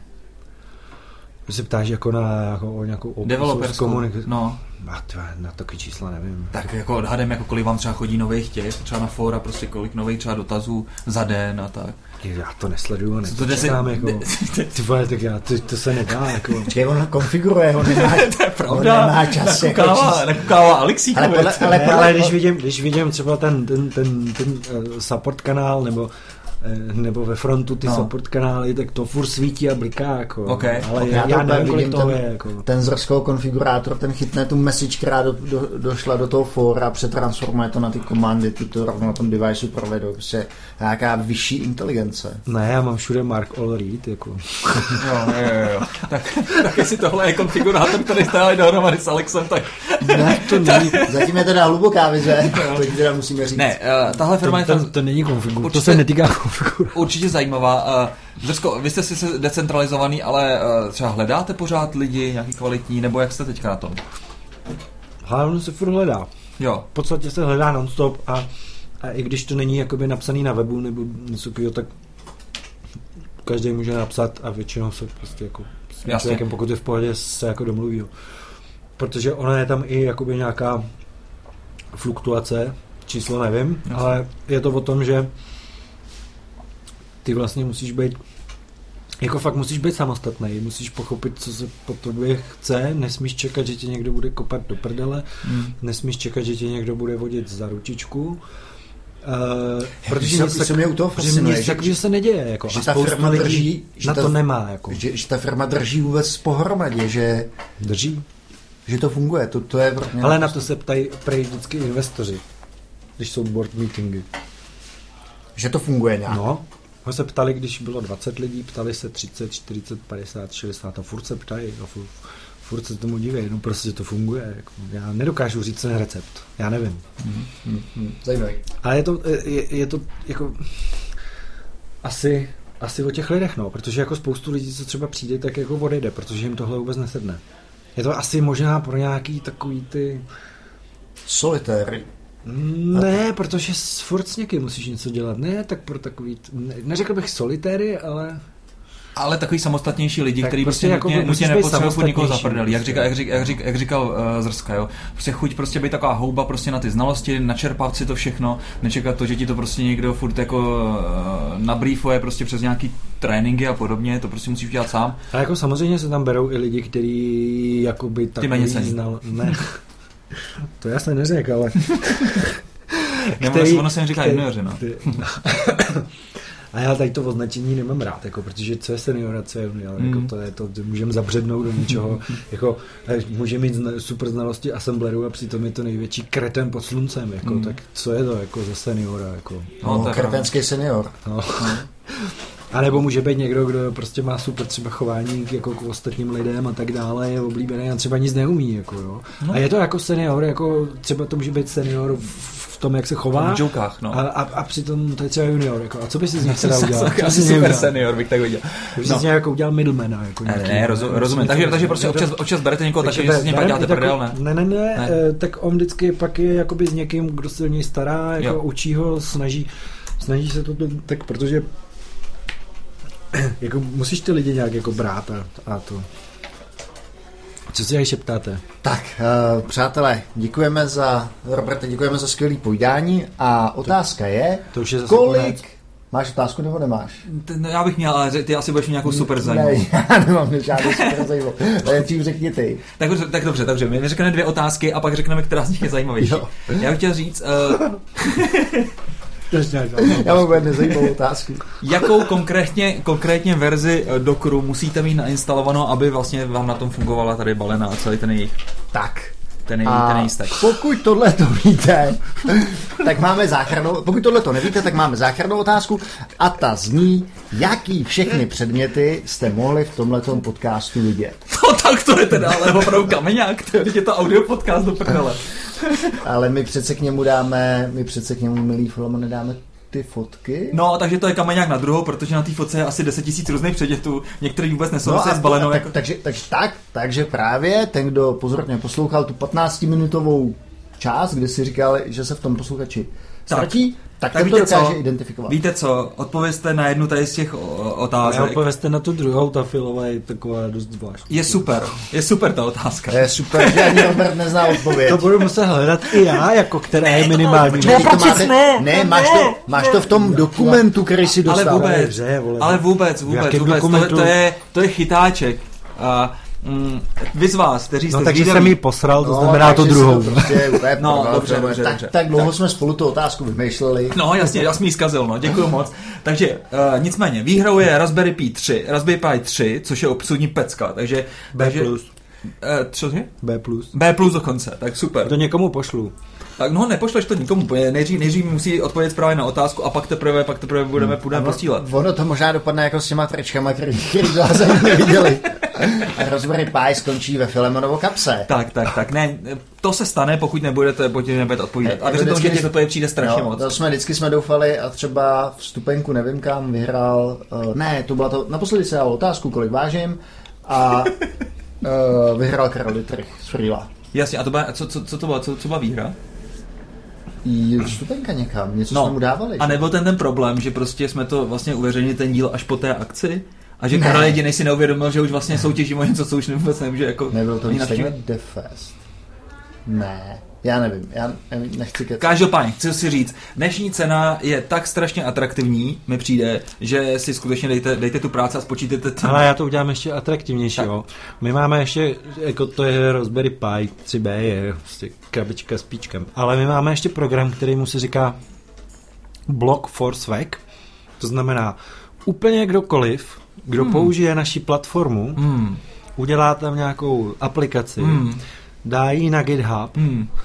Se ptáš jako o nějakou developerskou, no. Na takový čísla nevím. Tak jako odhadem, jako kolik vám třeba chodí nových těch, třeba na fóra, prostě kolik nových třeba dotazů za den a tak. Já to nesleduju, nečekám jako, ty vole, tak to se nedá, jako. Počkej, on konfiguruje, on nemá čas. Nakukává Alexíkovic. Ale když vidím třeba ten support kanál, nebo ve frontu ty support kanály, tak to furt svítí a bliká, jako. Okay. Ale já nevím, kolik toho je, jako. Ten Zrsko konfigurátor, ten chytne tu message, která došla do toho fóra, přetransformuje to na ty komandy, ty to rovnou na tom deviceu provedou, prostě nějaká vyšší inteligence. Ne, já mám všude Mark All Read, jako. Jo. Tak jestli tohle je konfigurátor, který stále dohromady s Alexem, tak... Ne, to není. Zatím je teda hluboká vize, to teda musíme říct. Ne, tahle firma je to není konfigurátor, to se netýká konfigurace. Určitě zajímavá. Zrsko, vy jste si decentralizovaný, ale třeba hledáte pořád lidi, nějaký kvalitní, nebo jak jste teďka na tom? Hlavně se furt hledá. Jo. V podstatě se hledá non-stop a i když to není jakoby napsaný na webu nebo něco takového, tak každý může napsat a většinou se prostě jako s člověkem, pokud je v pohodě, se jako domluví. Protože ona je tam i jakoby nějaká fluktuace, číslo nevím, ale je to o tom, že ty vlastně musíš být, jako fakt musíš být samostatný, musíš pochopit, co se po tobě chce, nesmíš čekat, že tě někdo bude kopat do prdele, nesmíš čekat, že tě někdo bude vodit za ručičku, protože nic takového se neděje, jako, že ta firma drží, na to nemá, jako. Že ta firma drží vůbec pohromadě, že drží, že to funguje, to je ale na to se ptají prej vždycky investoři, když jsou board meetingy. Že to funguje nějak. No, ho se ptali, když bylo 20 lidí, ptali se 30, 40, 50, 60 a furt se ptají, furt se tomu diví, no prostě to funguje. Jako, já nedokážu říct ten recept, já nevím. Zajímavý. Ale je to jako asi o těch lidech, no, protože jako spoustu lidí, co třeba přijde, tak jako odejde, protože jim tohle vůbec nesedne. Je to asi možná pro nějaký takový ty solitéry. Ne, protože furt s někým musíš něco dělat. Ne, tak pro takový, neřekl bych solitéry, ale takový samostatnější lidi, kteří prostě jako nutně nepotřebují furt někoho zaprdeli. Jak říkal Zrska, jo. Prostě chuť prostě být taková houba prostě na ty znalosti, načerpat si to všechno, nečekat to, že ti to prostě někdo furt jako nabriefuje prostě přes nějaký tréninky a podobně, to prostě musíš dělat sám. A jako samozřejmě se tam berou i lidi, kteří jakoby takový znal. Ne. To já jsem neřekl, ale... Ono se mi říká junioři, no. A já tady to označení nemám rád, jako, protože co je senior a co je junior, jako, to je to, můžeme zabřednout do něčeho, jako, může mít super znalosti assemblerů a přitom je to největší kreten pod sluncem, jako, tak co je to jako za seniora, jako. No, kretenský senior. No. A nebo může být někdo, kdo prostě má super třeba chování jako k ostatním lidem a tak dále, je oblíbený a třeba nic neumí, jako, jo. No. A je to jako senior, jako třeba to může být senior v tom, jak se chová. V jokách, no. A přitom to je třeba junior, jako. A co bys si z něj teda udělal? Asi super senior bych tak udělal. Už jsi z něj jako udělal middlemana, jako nějaký. Ne, rozumím. Takže prostě občas berete někoho tak, že si z něj pak děláte prdel, ne? Ne, tak on vždycky pak je jakoby s někým, kdo se o něj stará, jako učí ho, snaží se to tak, protože jako musíš ty lidi nějak jako brát a to. Co si tady šeptáte? Tak, přátelé, Roberte, děkujeme za skvělý povídání a otázka je, to už je zase kolik... konec. Máš otázku nebo nemáš? No, já bych měl, ale ty asi budeš mít nějakou super zajímavou. Ne, já nemám žádnou super zajímavou. Tím řekni ty. Tak dobře, my řekneme 2 otázky a pak řekneme, která z nich je zajímavější. Jo. Já bych chtěl říct... Já mám úplně nezajímavou otázku. Jakou konkrétně verzi Dockeru musíte mít nainstalovanou, aby vlastně vám na tom fungovala tady balena a celý ten jejich... Tak. Ten stack. Pokud tohle to víte, tak máme záchrannou, pokud tohle to nevíte, tak máme záchrannou otázku a ta zní, jaký všechny předměty jste mohli v tomhletom podcastu vidět. No tak to je teda ale opravdu kameňák, je to audio podcast do prdele. Ale my přece k němu, milý Filemone, dáme ty fotky. No, takže to je kameňák na druhou, protože na té fotce je asi 10 000 různých předmětů, některý vůbec nesouvisí s balenou. Takže právě ten, kdo pozorně poslouchal tu 15-minutovou část, kde si říkal, že se v tom posluchači ztratí, tak ten to dokáže identifikovat. Víte co, odpovězte na jednu tady z těch otázek. A odpovězte na tu druhou, ta Filová je taková dost zvláštní. Je super ta otázka. Je super, že ani Robert nezná odpověď. To budu muset hledat i já, jako která je minimální. Ne, máš to v tom dokumentu, který si dostal. Ale vůbec. To je chytáček. Vy z vás, kteří jste takže jsem jí posral, to znamená tu druhou. Dobře. Tak dlouho jsme spolu tu otázku vymýšleli. No jasně, já jsem jí zkazil, děkuju moc. Takže nicméně, výhrou je Raspberry Pi 3, což je absolutní pecka, takže... B+. Cože? B+. B+ dokonce, tak super. To někomu pošlu. Tak nepošleš to nikomu, nejdřív musí odpovědět právě na otázku a pak teprve budeme posílat. Ono to možná dopadne jako s těma tričkama, který vás ani neviděli. A Raspberry Pi skončí ve Filemonovo kapse. Tak, ne, to se stane, pokud nebudete odpovídat. A věřím tomu, že to přijde strašně moc. Vždycky jsme doufali a třeba vstupenku nevím kam vyhrál, naposledy se dal otázku, kolik vážím a vyhrál Karol Dietrich z Frýla. Jasně, a to byla, co to byla výhra? Vstupenka někam, něco jsme mu dávali. A nebyl ten problém, že prostě jsme to vlastně uveřejnili ten díl až po té akci? A že Karel jedinej si neuvědomil, že už vlastně soutěžíme něco, co už vůbec nemůže jako... Nebyl to stejně Defest. Ne, já nevím, nechci kecat. Každopádně, chci si říct, dnešní cena je tak strašně atraktivní, mi přijde, že si skutečně dejte tu práci a spočítejte cenu. Ale já to udělám ještě atraktivnější, jo. My máme ještě, jako to je Raspberry Pi 3B, je prostě krabička s píčkem, ale my máme ještě program, který mu se říká Block for Swag, to znamená úplně kdokoliv, kdo použije naši platformu, udělá tam nějakou aplikaci, dá ji na GitHub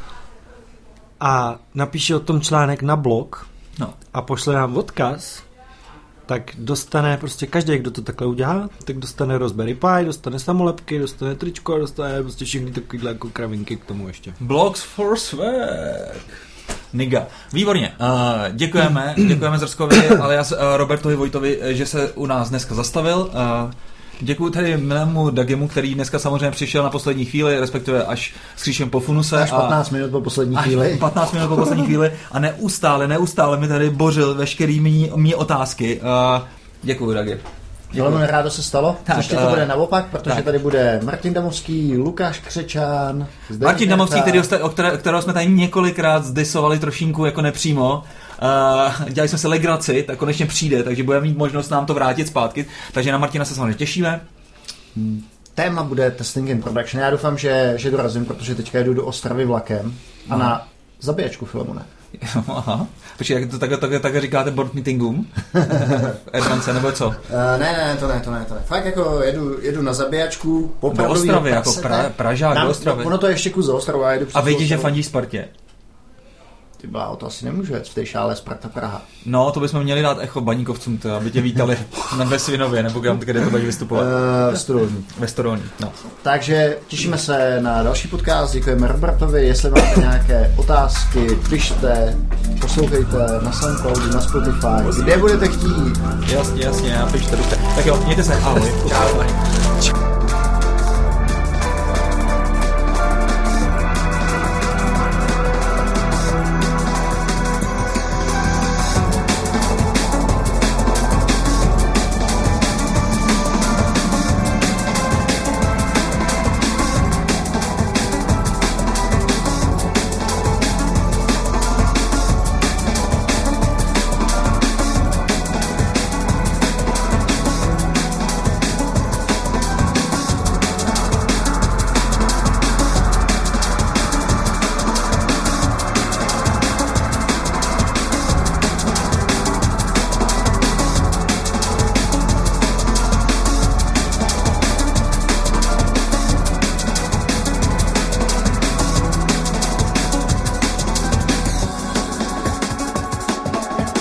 a napíše o tom článek na blog a pošle nám odkaz, tak dostane prostě každý, kdo to takhle udělá, tak dostane Raspberry Pi, dostane samolepky, dostane tričko a dostane prostě všechny takovýhle jako kravinky k tomu ještě. Blogs for Swag. Niga. Výborně. Děkujeme Zrskovi, alias Robertovi Vojtovi, že se u nás dneska zastavil. Děkuji tady milému Dagemu, který dneska samozřejmě přišel na poslední chvíli, respektive až s křížem po funuse. Až 15 minut po poslední chvíli. 15 minut po poslední chvíli a neustále mi tady bořil veškerý mý otázky. Děkuji, Dagi. Filemone, rádo se stalo. Ještě to bude naopak, protože tady bude Martin Damovský, Lukáš Křečán. Martin Damovský, kterého jsme tady několikrát zdisovali trošinku jako nepřímo. Dělali jsme se legraci, tak konečně přijde, takže budeme mít možnost nám to vrátit zpátky. Takže na Martina se samozřejmě těšíme. Téma bude testing in production. Já doufám, že dorazím, protože teďka jedu do Ostravy vlakem a na zabíjačku, Filemone. Aha. Počkej, jak to tak říkáte board meetingům? Erdmance, nebo co? Ne, to ne. Fakt jako jedu na zabíjačku. Do Ostravy, jako Pražák do Ostravy. Ono to je ještě kus za Ostravu. A vidíš, že fandíš Spartě? Ty bláho, to asi nemůžu jet v té šále Sparta Praha. No, to bychom měli dát echo Baníkovcům, aby tě vítali ve Svinově, nebo kde to budeš vystupovat. Ve Stodolní, no. Takže těšíme se na další podcast, děkujeme Robertovi, jestli máte nějaké otázky, pište, poslouchejte na SoundCloudu, na Spotify, kde budete chtít. Jasně, napište. Tak jo, mějte se, ahoj. Čau.